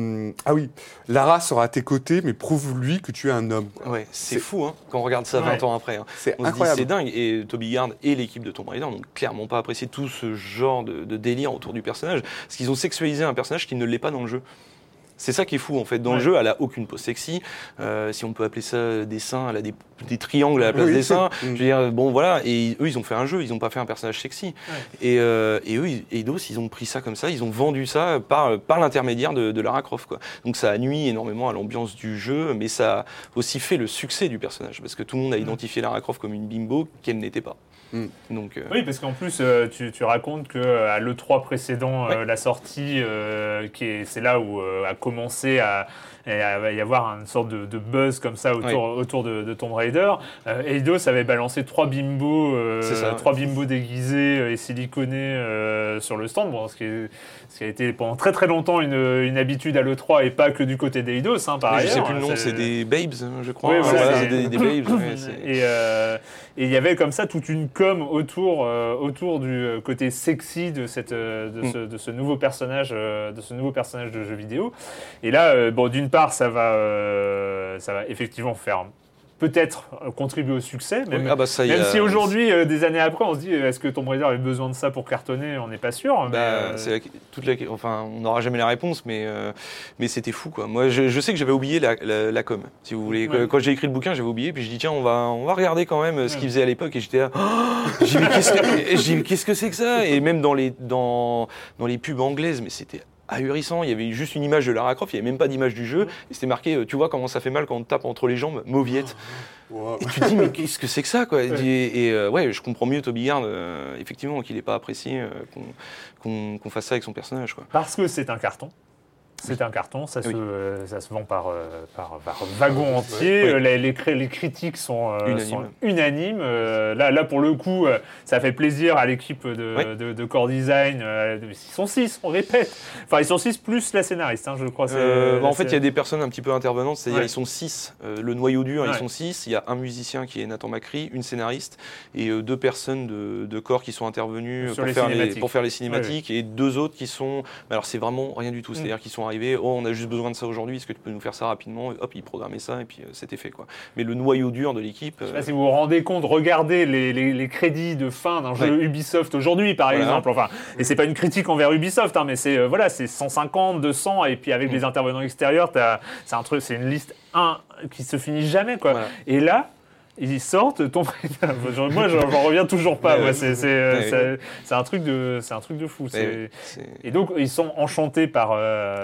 Lara sera à tes côtés, mais prouve-lui que tu es un homme. Ouais, c'est fou hein, quand on regarde ça 20 ans après. Hein. C'est incroyable. Se dit, c'est dingue. Et Toby Gard et l'équipe de Tomb Raider n'ont clairement pas apprécié tout ce genre de délire autour du personnage, parce qu'ils ont sexualisé un personnage qui ne l'est pas dans le jeu. C'est ça qui est fou en fait. Dans le jeu, elle a aucune pose sexy. Si on peut appeler ça des seins, elle a des triangles à la place des seins. Je veux dire, bon voilà. Et eux, ils ont fait un jeu, ils n'ont pas fait un personnage sexy. Et eux, Eidos, ils ont pris ça comme ça, ils ont vendu ça par l'intermédiaire de Lara Croft quoi. Donc ça a nui énormément à l'ambiance du jeu, mais ça a aussi fait le succès du personnage, parce que tout le monde a identifié Lara Croft comme une bimbo qu'elle n'était pas. Donc, oui, parce qu'en plus, tu racontes qu'à l'E3 précédent, la sortie, c'est là où a commencé à y avoir une sorte de buzz comme ça autour de Tomb Raider. Eidos avait balancé 3 bimbos déguisés et siliconés sur le stand, ce qui a été pendant très très longtemps une habitude à l'E3 et pas que du côté d'Eidos, par ailleurs. Je sais plus le nom, c'est des babes, je crois. Oui, voilà, c'est des babes. Et il y avait comme ça toute une com autour du côté sexy de ce nouveau personnage de jeu vidéo. Et là, d'une part, ça va effectivement faire peut-être contribuer au succès, même si aujourd'hui, des années après, on se dit est-ce que Tomb Raider avait besoin de ça pour cartonner ? On n'est pas sûr. On n'aura jamais la réponse, mais c'était fou quoi. Moi, je sais que j'avais oublié la com, si vous voulez. Quand j'ai écrit le bouquin, j'avais oublié, puis je dis tiens, on va regarder quand même ce qu'ils faisaient à l'époque, et j'étais là, j'ai dit qu'est-ce que c'est que ça ? Et même dans les pubs anglaises, mais c'était ahurissant, il y avait juste une image de Lara Croft, il n'y avait même pas d'image du jeu, et c'était marqué, tu vois comment ça fait mal quand on te tape entre les jambes, mauviette. Wow. Et tu te dis, mais qu'est-ce que c'est que ça quoi ? Et je comprends mieux Toby Gard, effectivement, qu'il n'ait pas apprécié qu'on fasse ça avec son personnage. Quoi. Parce que c'est un carton. C'est un carton, ça se vend par wagon entier. Oui. Les critiques sont unanimes. Là, pour le coup, ça fait plaisir à l'équipe de Core Design. Ils sont 6, on répète. Enfin, ils sont 6 plus la scénariste, je crois. En fait, il y a des personnes un petit peu intervenantes, c'est-à-dire ils sont 6. Le noyau dur, ils sont 6. Il y a un musicien qui est Nathan Macri, une scénariste et 2 personnes de Core qui sont intervenues pour faire les cinématiques et 2 autres qui sont... Alors, c'est vraiment rien du tout. C'est-à-dire qu'ils sont arrivés, on a juste besoin de ça aujourd'hui, est-ce que tu peux nous faire ça rapidement? Hop, ils programmaient ça et puis c'était fait, quoi. Mais le noyau dur de l'équipe... Je sais pas si vous vous rendez compte, regardez les crédits de fin d'un jeu Ubisoft aujourd'hui, par exemple. Enfin, et c'est pas une critique envers Ubisoft, mais c'est 150, 200, et puis avec les intervenants extérieurs, c'est une liste qui se finit jamais, quoi. Voilà. Et là, ils sortent Tomb Raider. Moi, j'en reviens toujours pas. C'est un truc de fou. Et donc, ils sont enchantés par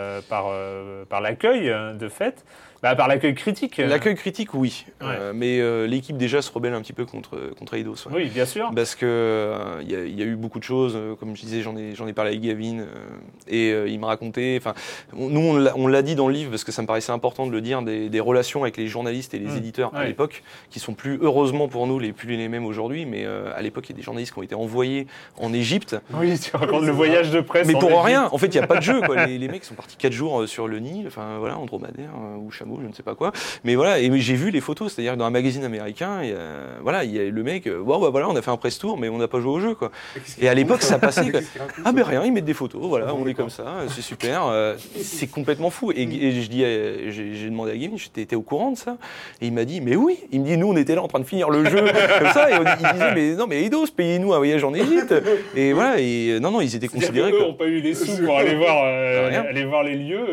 l'accueil, de fait. Par l'accueil critique. L'accueil critique, oui. Mais l'équipe déjà se rebelle un petit peu contre Eidos. Ouais. Oui, bien sûr. Parce que il y a eu beaucoup de choses. Comme je disais, j'en ai parlé avec Gavin et il me racontait. Enfin, nous on l'a dit dans le livre parce que ça me paraissait important de le dire, des relations avec les journalistes et les éditeurs à l'époque, qui sont plus heureusement pour nous plus les mêmes aujourd'hui. Mais à l'époque, il y a des journalistes qui ont été envoyés en Égypte. Oui, tu racontes le voyage de presse. Mais pour rien. En fait, il y a pas de jeu, quoi. Les mecs sont partis 4 jours sur le Nil. Enfin voilà, en dromadaire ou chameau. Je ne sais pas quoi, mais voilà, et j'ai vu les photos, c'est-à-dire que dans un magazine américain, il y a le mec, voilà, on a fait un press tour, mais on n'a pas joué au jeu, quoi. Et à l'époque, ça passait, quoi. Rien, ils mettent des photos, voilà, on est comme ça, c'est super, c'est complètement fou. Et j'ai demandé à Gavin, t'étais au courant de ça? Et il m'a dit, mais oui, il me dit, nous, on était là en train de finir le jeu, comme ça, et il disait, mais non, mais Eidos, payez-nous un voyage en Égypte. Et voilà, et non, ils étaient considérés. Eux n'ont pas eu les sous pour aller voir les lieux.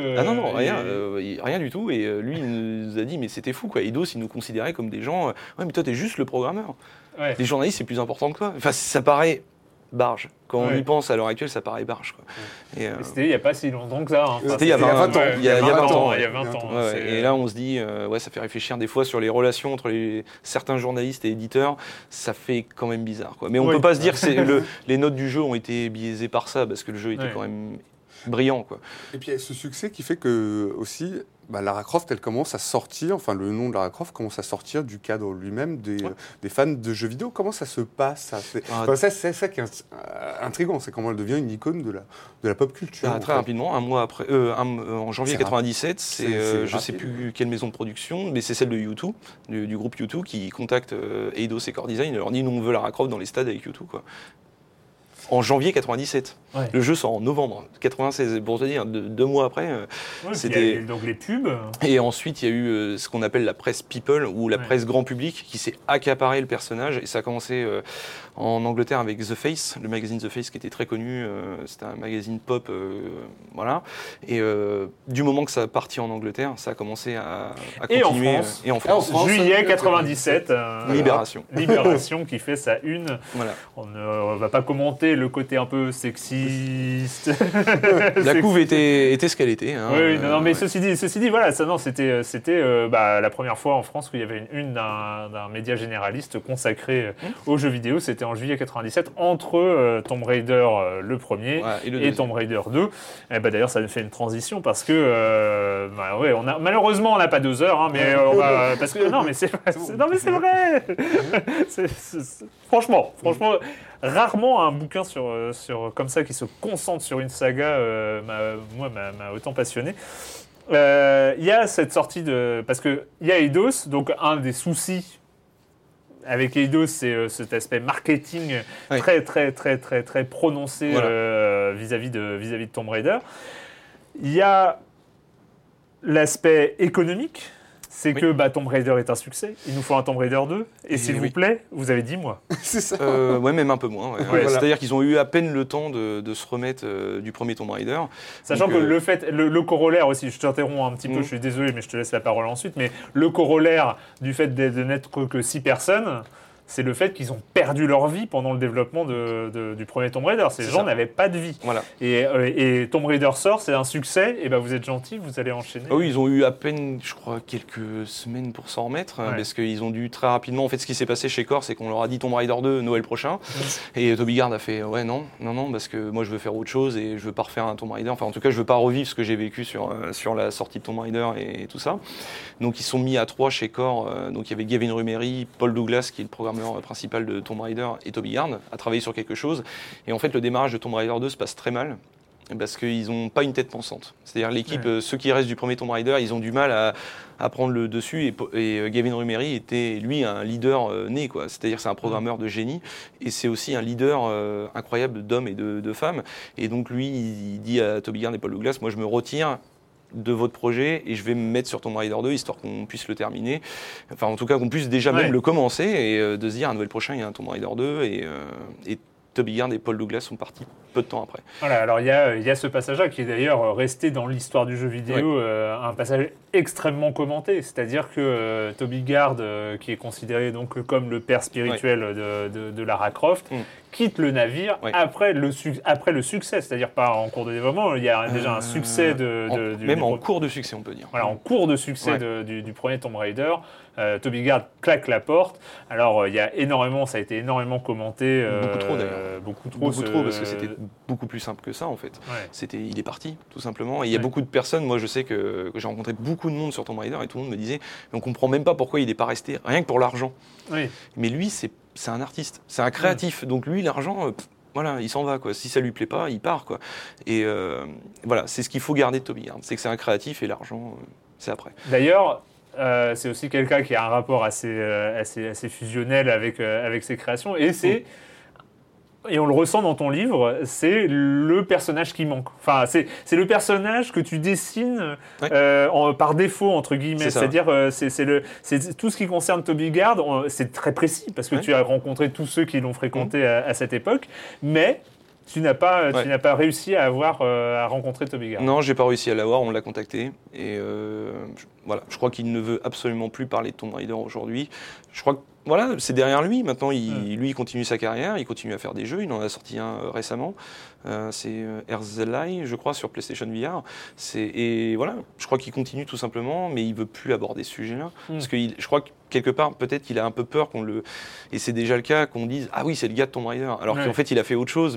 Rien du tout, et lui, il nous a dit, mais c'était fou, quoi. Eidos, il nous considérait comme des gens, ouais, mais toi, t'es juste le programmeur. Ouais. Les journalistes, c'est plus important que toi. Enfin, ça paraît barge. Quand on y pense à l'heure actuelle, ça paraît barge, quoi. C'était il n'y a pas si longtemps que ça. C'était il y a 20 ans. Il y a 20 ans. Et là, on se dit, ça fait réfléchir des fois sur les relations entre certains journalistes et éditeurs. Ça fait quand même bizarre, quoi. Mais on peut pas se dire que les notes du jeu ont été biaisées par ça, parce que le jeu était quand même brillant, quoi. Et puis il y a ce succès qui fait que aussi Lara Croft, elle commence à sortir, enfin le nom de Lara Croft commence à sortir du cadre lui-même des fans de jeux vidéo. Comment ça se passe? C'est ça qui est intriguant, c'est comment elle devient une icône de la pop culture. Très rapidement, un mois après, en janvier 97, je ne sais plus quelle maison de production, mais c'est celle de U2, du groupe U2, qui contacte Eidos et Core Design et leur dit, nous on veut Lara Croft dans les stades avec U2, quoi. En janvier 97. Ouais. Le jeu sort en novembre 96. Pour te dire, 2 mois après, c'était... donc les pubs. Et ensuite, il y a eu ce qu'on appelle la presse people, ou la presse grand public, qui s'est accaparé le personnage. Et ça a commencé en Angleterre avec The Face, le magazine The Face qui était très connu. C'était un magazine pop, voilà. Et du moment que ça a parti en Angleterre, ça a commencé à continuer. Et en France. Juillet 97. Libération qui fait sa une. Voilà. On ne va pas commenter le côté un peu sexiste. La couve était ce qu'elle était. Hein, oui, mais ceci dit, voilà, c'était la première fois en France qu'il y avait une d'un média généraliste consacré aux jeux vidéo. C'était en juillet 97, entre Tomb Raider le premier et Tomb Raider 2. Et d'ailleurs, ça fait une transition parce que malheureusement, on n'a pas 2 heures, mais parce que non, mais c'est vrai. Franchement. Rarement un bouquin sur comme ça qui se concentre sur une saga m'a autant passionné. Il y a cette sortie parce que il y a Eidos, donc un des soucis avec Eidos, c'est cet aspect marketing très très très très très prononcé vis-à-vis de Tomb Raider. Il y a l'aspect économique. C'est que Tomb Raider est un succès. Il nous faut un Tomb Raider 2. Et s'il vous plaît, vous avez 10 mois. C'est ça. Même un peu moins. Ouais. Voilà. C'est-à-dire qu'ils ont eu à peine le temps de se remettre du premier Tomb Raider. Sachant que le corollaire aussi, je t'interromps un petit peu, je suis désolé, mais je te laisse la parole ensuite, mais le corollaire du fait de n'être que 6 personnes, c'est le fait qu'ils ont perdu leur vie pendant le développement du premier Tomb Raider. Ces gens n'avaient pas de vie. Voilà. Et Tomb Raider sort, c'est un succès, et ben vous êtes gentils, vous allez enchaîner. Ah oui, ils ont eu à peine, je crois, quelques semaines pour s'en remettre, parce qu'ils ont dû très rapidement. En fait, ce qui s'est passé chez Core, c'est qu'on leur a dit Tomb Raider 2 Noël prochain, et Toby Gard a fait non, parce que moi je veux faire autre chose et je veux pas refaire un Tomb Raider. Enfin, en tout cas, je veux pas revivre ce que j'ai vécu sur la sortie de Tomb Raider et tout ça. Donc, ils sont mis à 3 chez Core. Donc, il y avait Gavin Rummery, Paul Douglas, qui est le programmeur principal de Tomb Raider, et Toby Gard à travailler sur quelque chose. Et en fait, le démarrage de Tomb Raider 2 se passe très mal. Parce qu'ils n'ont pas une tête pensante. C'est-à-dire l'équipe, ceux qui restent du premier Tomb Raider, ils ont du mal à prendre le dessus. Et Gavin Rummery était, lui, un leader né, quoi. C'est-à-dire c'est un programmeur de génie. Et c'est aussi un leader incroyable d'hommes et de femmes. Et donc lui, il dit à Toby Gard et Paul Douglas, moi je me retire de votre projet et je vais me mettre sur Tomb Raider 2 histoire qu'on puisse le terminer. Enfin, en tout cas, qu'on puisse déjà même le commencer et de se dire, à Noël prochain, il y a un Tomb Raider 2 et Toby Gard et Paul Douglas sont partis peu de temps après. Voilà, alors il y a ce passage-là qui est d'ailleurs resté dans l'histoire du jeu vidéo, un passage extrêmement commenté, c'est-à-dire que Toby Gard, qui est considéré donc comme le père spirituel de Lara Croft, quitte le navire après le succès, c'est-à-dire pas en cours de développement, il y a déjà un succès en cours de succès, on peut dire. Voilà, en cours de succès du premier Tomb Raider. Toby Gard claque la porte. Alors, ça a été énormément commenté. Beaucoup trop d'ailleurs. Beaucoup trop, parce que c'était beaucoup plus simple que ça en fait. Il est parti, tout simplement. Et il y a beaucoup de personnes, moi je sais que j'ai rencontré beaucoup de monde sur Tomb Raider et tout le monde me disait, on comprend même pas pourquoi il n'est pas resté, rien que pour l'argent. Mais lui, c'est un artiste, c'est un créatif. Donc lui, l'argent... voilà, il s'en va, quoi. Si ça lui plaît pas, il part, quoi. Et voilà, c'est ce qu'il faut garder de Toby Gard, c'est que c'est un créatif et l'argent, c'est après. D'ailleurs, c'est aussi quelqu'un qui a un rapport assez fusionnel avec ses créations, et on le ressent dans ton livre, c'est le personnage qui manque. Enfin, c'est le personnage que tu dessines par défaut, entre guillemets. C'est-à-dire, c'est tout ce qui concerne Toby Gard, c'est très précis, parce que tu as rencontré tous ceux qui l'ont fréquenté à cette époque, mais tu n'as pas réussi à rencontrer Toby Gard. Non, j'ai pas réussi à l'avoir, on l'a contacté, et voilà, je crois qu'il ne veut absolument plus parler de Tomb Raider aujourd'hui. Je crois que voilà, c'est derrière lui. Maintenant, lui, il continue sa carrière, il continue à faire des jeux. Il en a sorti un récemment. C'est Herzlai, je crois, sur PlayStation VR. Et voilà, je crois qu'il continue tout simplement, mais il veut plus aborder ce sujet-là. Parce que je crois que quelque part, peut-être qu'il a un peu peur et c'est déjà le cas, qu'on dise « Ah oui, c'est le gars de Tomb Raider ». Alors qu'en fait, il a fait autre chose,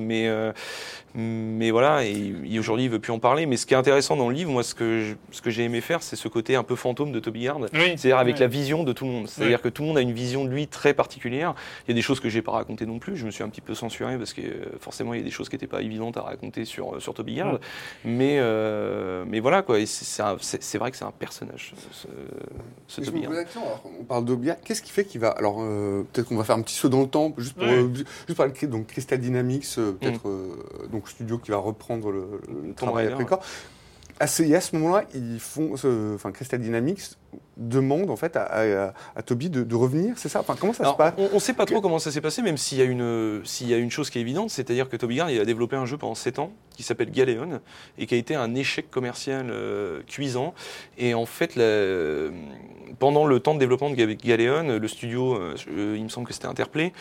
mais voilà, et aujourd'hui, il veut plus en parler. Mais ce qui est intéressant dans le livre, moi, ce que j'ai aimé faire, c'est ce côté un peu fantôme de Toby Gard. C'est-à-dire avec la vision de tout le monde. C'est-à-dire que tout le monde a une vision de lui très particulière. Il y a des choses que j'ai pas racontées non plus. Je me suis un petit peu censuré parce que forcément, il y a des choses qui n'étaient pas évidentes à raconter sur Toby Gard. Mais voilà, quoi. Et c'est vrai que c'est un personnage, ce Toby Gard. On parle de Bia. Qu'est-ce qui fait qu'il va... Alors, peut-être qu'on va faire un petit saut dans le temps, juste pour parler de donc, Crystal Dynamics, peut-être donc studio qui va reprendre le travail après Core. À ce moment-là, Crystal Dynamics demande en fait à Toby de revenir, c'est ça? Enfin, comment ça se passe? On ne sait pas trop comment ça s'est passé, même s'il y a une chose qui est évidente, c'est-à-dire que Toby Gard il a développé un jeu pendant 7 ans qui s'appelle Galeon et qui a été un échec commercial cuisant. Et en fait, pendant le temps de développement de Galeon, le studio, il me semble que c'était Interplay,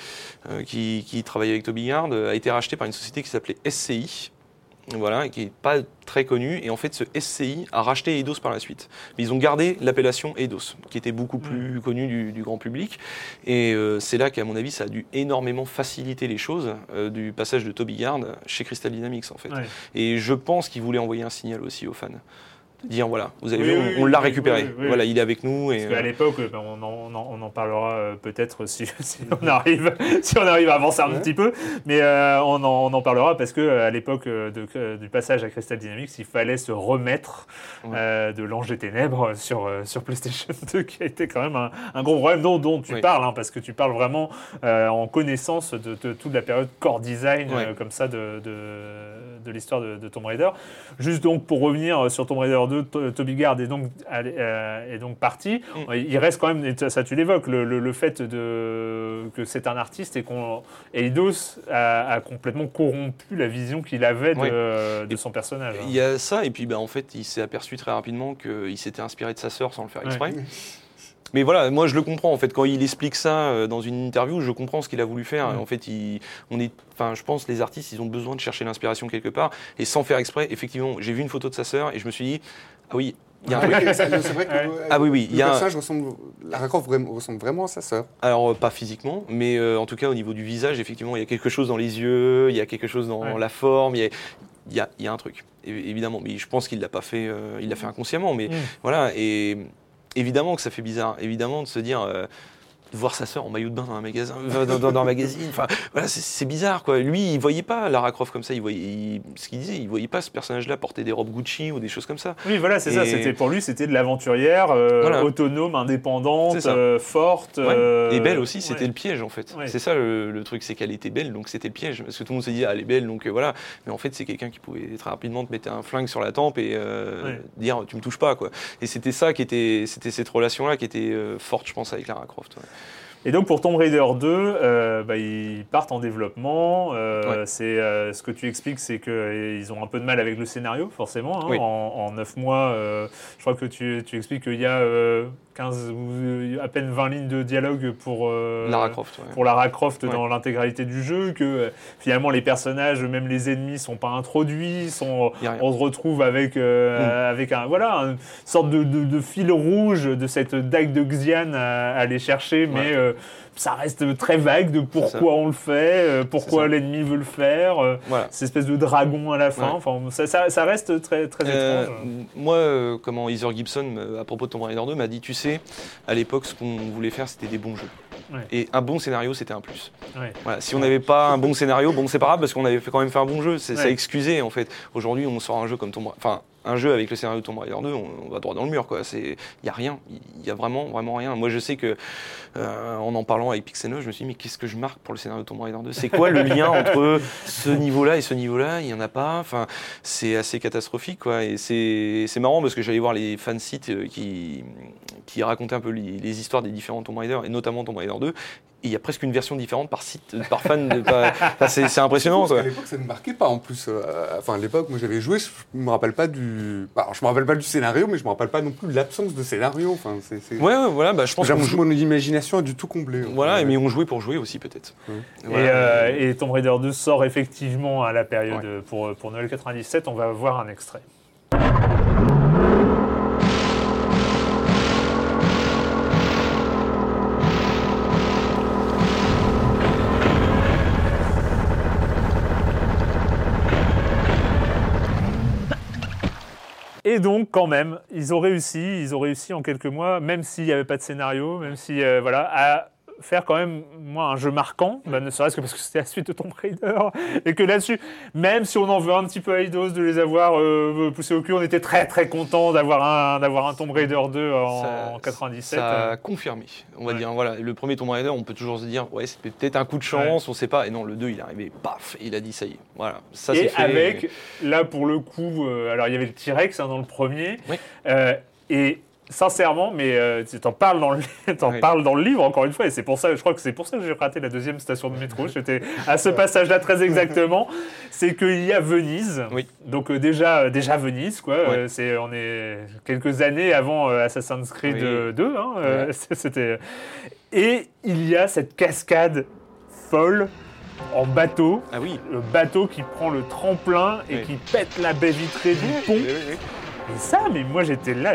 qui travaillait avec Toby Gard, a été racheté par une société qui s'appelait SCI. Voilà, et qui n'est pas très connu. Et en fait, ce SCI a racheté Eidos par la suite. Mais ils ont gardé l'appellation Eidos, qui était beaucoup plus connue du grand public. Et c'est là qu'à mon avis, ça a dû énormément faciliter les choses du passage de Toby Gard chez Crystal Dynamics, en fait. Et je pense qu'ils voulaient envoyer un signal aussi aux fans. Dire voilà, vous avez vu, on l'a récupéré. Voilà, il est avec nous. Parce qu'à l'époque, on en parlera peut-être si on arrive à avancer un petit peu, mais on en parlera parce que à l'époque du passage à Crystal Dynamics, il fallait se remettre de l'Ange des Ténèbres sur PlayStation 2, qui a été quand même un gros problème dont tu parles, parce que tu parles vraiment en connaissance de toute la période core design comme ça de l'histoire de Tomb Raider. Juste donc pour revenir sur Tomb Raider 2, Toby Gard est donc parti. Il reste quand même, ça tu l'évoques, le fait que c'est un artiste et Eidos a complètement corrompu la vision qu'il avait de son personnage. Il y a ça, et puis en fait, il s'est aperçu très rapidement qu'il s'était inspiré de sa sœur sans le faire exprès. Mais voilà, moi je le comprends en fait. Quand il explique ça dans une interview, je comprends ce qu'il a voulu faire. En fait, je pense que les artistes, ils ont besoin de chercher l'inspiration quelque part. Et sans faire exprès, effectivement, j'ai vu une photo de sa sœur et je me suis dit, ah oui, il y a un truc. C'est vrai que le personnage Lara Croft ressemble vraiment à sa sœur. Alors, pas physiquement, mais en tout cas, au niveau du visage, effectivement, il y a quelque chose dans les yeux, il y a quelque chose dans la forme, il y a un truc, évidemment. Mais je pense qu'il l'a pas fait, il l'a fait inconsciemment, mais voilà. Et évidemment que ça fait bizarre, évidemment de se dire... de voir sa sœur en maillot de bain dans un magasin, dans un magazine, enfin voilà, c'est bizarre quoi. Lui, il voyait pas Lara Croft comme ça, ce qu'il disait, il voyait pas ce personnage-là porter des robes Gucci ou des choses comme ça. Oui, voilà, c'est ça. Pour lui, c'était de l'aventurière, autonome, indépendante, forte. Et belle aussi, c'était le piège en fait. Ouais. C'est ça le truc, c'est qu'elle était belle, donc c'était le piège. Parce que tout le monde s'est dit, elle est belle, donc voilà. Mais en fait, c'est quelqu'un qui pouvait très rapidement te mettre un flingue sur la tempe et dire, tu me touches pas quoi. Et c'était ça c'était cette relation-là qui était forte, je pense, avec Lara Croft. Ouais. Et donc pour Tomb Raider 2, ils partent en développement. C'est ce que tu expliques, c'est qu'ils ont un peu de mal avec le scénario, forcément. Hein, en 9 mois, je crois que tu expliques qu'il y a 15 ou à peine 20 lignes de dialogue pour Lara Croft dans l'intégralité du jeu, que finalement les personnages, même les ennemis, sont pas introduits. On se retrouve avec une sorte de fil rouge de cette dague de Xian à aller chercher, mais ça reste très vague de pourquoi on le fait, pourquoi l'ennemi veut le faire, cette espèce de dragon à la fin. Enfin, ça reste très, très étrange. Moi, comment Heather Gibson, à propos de Tomb Raider 2, m'a dit, tu sais, à l'époque, ce qu'on voulait faire, c'était des bons jeux. Et un bon scénario, c'était un plus. Voilà, si on n'avait pas un bon scénario, c'est pas grave parce qu'on avait quand même fait un bon jeu. Ça excusait en fait. Aujourd'hui, on sort un jeu comme un jeu avec le scénario de Tomb Raider 2, on va droit dans le mur quoi. Il y a rien, il y a vraiment rien. Moi, je sais que en parlant avec Pixel 9, je me suis dit mais qu'est-ce que je marque pour le scénario de Tomb Raider 2 ? C'est quoi le lien entre ce niveau-là et ce niveau-là ? Il y en a pas. Enfin, c'est assez catastrophique quoi. Et c'est marrant parce que j'allais voir les fansites qui racontaient un peu les histoires des différents Tomb Raider et notamment Tomb Raider 2. Et il y a presque une version différente par site, par fan. C'est impressionnant. À l'époque, ça ne marquait pas en plus. À l'époque, moi j'avais joué, je me rappelle pas du scénario, mais je me rappelle pas non plus de l'absence de scénario. Enfin, voilà. Je pense que mon imagination a du tout comblé. Voilà, mais on jouait pour jouer aussi peut-être. Et Tomb Raider 2 sort effectivement à la période pour Noël 97. On va voir un extrait. Et donc, quand même, ils ont réussi en quelques mois, même s'il n'y avait pas de scénario, même si, à faire quand même, un jeu marquant, ne serait-ce que parce que c'était la suite de Tomb Raider, et que là-dessus, même si on en veut un petit peu à Eidos de les avoir poussés au cul, on était très très content d'avoir un Tomb Raider 2 en 97. Ça a confirmé, on va dire. Voilà, le premier Tomb Raider, on peut toujours se dire, c'était peut-être un coup de chance, on ne sait pas. Et non, le 2, il est arrivé, paf, et il a dit, ça y est, voilà, ça c'est fait. Et avec, là pour le coup, alors il y avait le T-Rex dans le premier, et sincèrement, mais t'en parles dans le livre encore une fois, et c'est pour ça, je crois que c'est pour ça que j'ai raté la deuxième station de métro. J'étais à ce passage-là très exactement. C'est qu'il y a Venise, donc déjà Venise, quoi. On est quelques années avant Assassin's Creed 2, c'était. Et il y a cette cascade folle en bateau, le bateau qui prend le tremplin et qui pète la baie vitrée du pont. Et ça, mais moi j'étais là,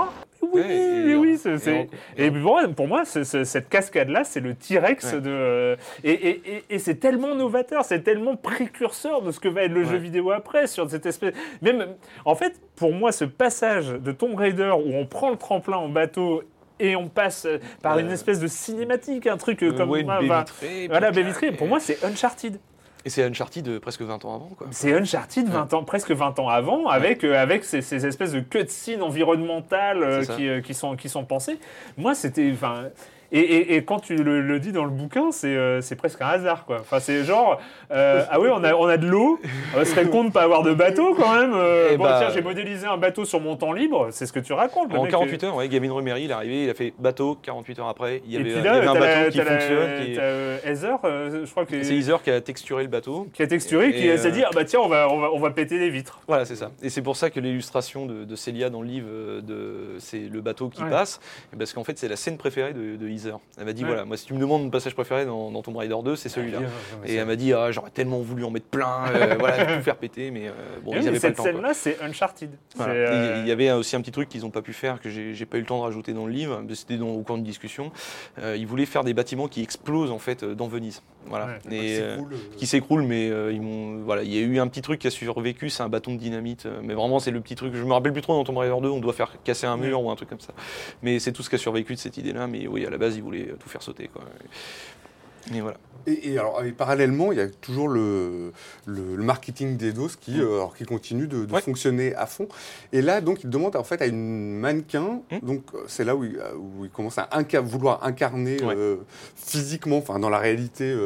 Et pour moi, cette cascade-là, c'est le T-Rex et c'est tellement novateur, c'est tellement précurseur de ce que va être le jeu vidéo après, sur cette espèce. Même, en fait, pour moi, ce passage de Tomb Raider où on prend le tremplin en bateau et on passe par une espèce de cinématique, un truc comme baie vitrée. Pour moi, c'est Uncharted. Et c'est Uncharted presque 20 ans avant, quoi. C'est Uncharted presque 20 ans avant, avec ces espèces de cutscenes environnementales qui sont pensées. Moi, c'était... Et quand tu le dis dans le bouquin, c'est presque un hasard, quoi. Enfin, c'est genre, ah oui, on a de l'eau, ce serait con de pas avoir de bateau quand même. Tiens, j'ai modélisé un bateau sur mon temps libre, c'est ce que tu racontes. En 48 heures, Gavin Rummery, il est arrivé, il a fait bateau, 48 heures après, il y avait un bateau qui fonctionne. Heather, je crois que c'est Heather qui a texturé le bateau. Qui s'est dit, ah bah tiens, on va péter les vitres. Voilà, c'est ça. Et c'est pour ça que l'illustration de Celia dans le livre, c'est le bateau qui passe, parce qu'en fait, c'est la scène préférée de Heather. Elle m'a dit, voilà, moi, si tu me demandes mon passage préféré dans Tomb Raider 2, c'est celui-là. Et elle m'a dit, j'aurais tellement voulu en mettre plein, tout faire péter, mais bon, ils n'avaient pas le temps. Cette scène-là, c'est Uncharted. Voilà. Il y avait aussi un petit truc qu'ils n'ont pas pu faire, que j'ai pas eu le temps de rajouter dans le livre, c'était au cours d'une discussion. Ils voulaient faire des bâtiments qui explosent en fait dans Venise. Voilà. Qui s'écroulent, mais il y a eu un petit truc qui a survécu, c'est un bâton de dynamite. Mais vraiment, c'est le petit truc. Je me rappelle plus trop dans Tomb Raider 2, on doit faire casser un mur ou un truc comme ça. Mais c'est tout ce qui a survécu de cette idée-là. Mais oui, à la base, ils voulaient tout faire sauter, quoi. Et voilà. Et parallèlement, il y a toujours le marketing d'Eidos qui continue de fonctionner à fond. Et là, donc, il demande en fait à une mannequin. Donc, c'est là où il commence à vouloir incarner physiquement, enfin, dans la réalité,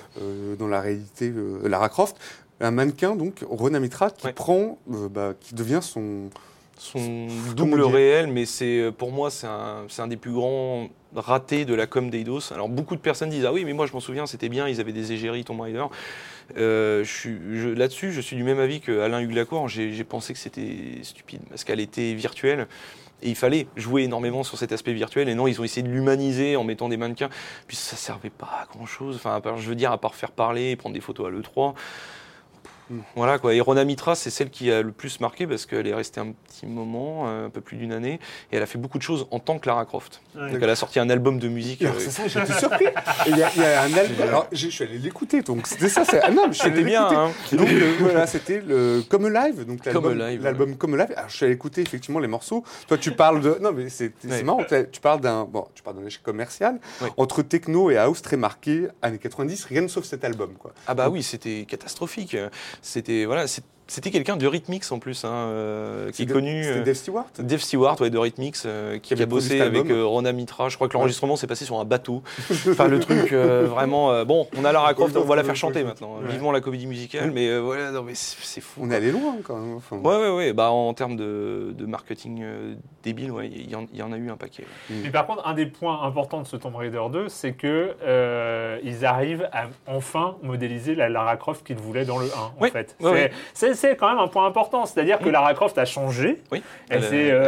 Lara Croft, un mannequin, donc Rona Mitra, qui devient son double réel, mais pour moi, c'est un des plus grands ratés de la com d'Eidos. Alors, beaucoup de personnes disent « Ah oui, mais moi, je m'en souviens, c'était bien, ils avaient des égéries, Tomb Raider. » Là-dessus, je suis du même avis qu'Alain Huglacourt. J'ai pensé que c'était stupide, parce qu'elle était virtuelle. Et il fallait jouer énormément sur cet aspect virtuel. Et non, ils ont essayé de l'humaniser en mettant des mannequins. Puis ça servait pas à grand-chose. Enfin, à part faire parler et prendre des photos à l'E3. Voilà quoi. Et Rona Mitra, c'est celle qui a le plus marqué parce qu'elle est restée un petit moment, un peu plus d'une année, et elle a fait beaucoup de choses en tant que Lara Croft. Donc elle a sorti un album de musique. Alors, c'est ça, j'étais surpris. Il y a un album. Alors, je suis allé l'écouter, donc c'était ça. C'était bien. Hein. Donc voilà, c'était le Come Alive, donc l'album Come Alive. Alors je suis allé écouter effectivement les morceaux. Toi, tu parles de. Non, mais c'est marrant. Tu parles d'un échec commercial entre techno et house très marqué années 90. Rien sauf cet album, quoi. Ah bah oui, c'était catastrophique. C'était quelqu'un de Rhythmix en plus, qui est connu. C'était Dave Stewart. Dave Stewart, de Rhythmix, qui a bossé avec Rona Mitra. Je crois que l'enregistrement s'est passé sur un bateau. Enfin, le truc vraiment. Bon, on a Lara Croft, on va la faire chanter maintenant. Vivement la comédie musicale, mais voilà, non, mais c'est fou. On est allé loin quand même. Enfin. Ouais. Bah, en termes de marketing débile, il y en a eu un paquet. Mais par contre, un des points importants de ce Tomb Raider 2, c'est que ils arrivent à enfin modéliser la Lara Croft qu'ils voulaient dans le 1, en fait. C'est quand même un point important, c'est-à-dire que Lara Croft a changé. Oui. Elle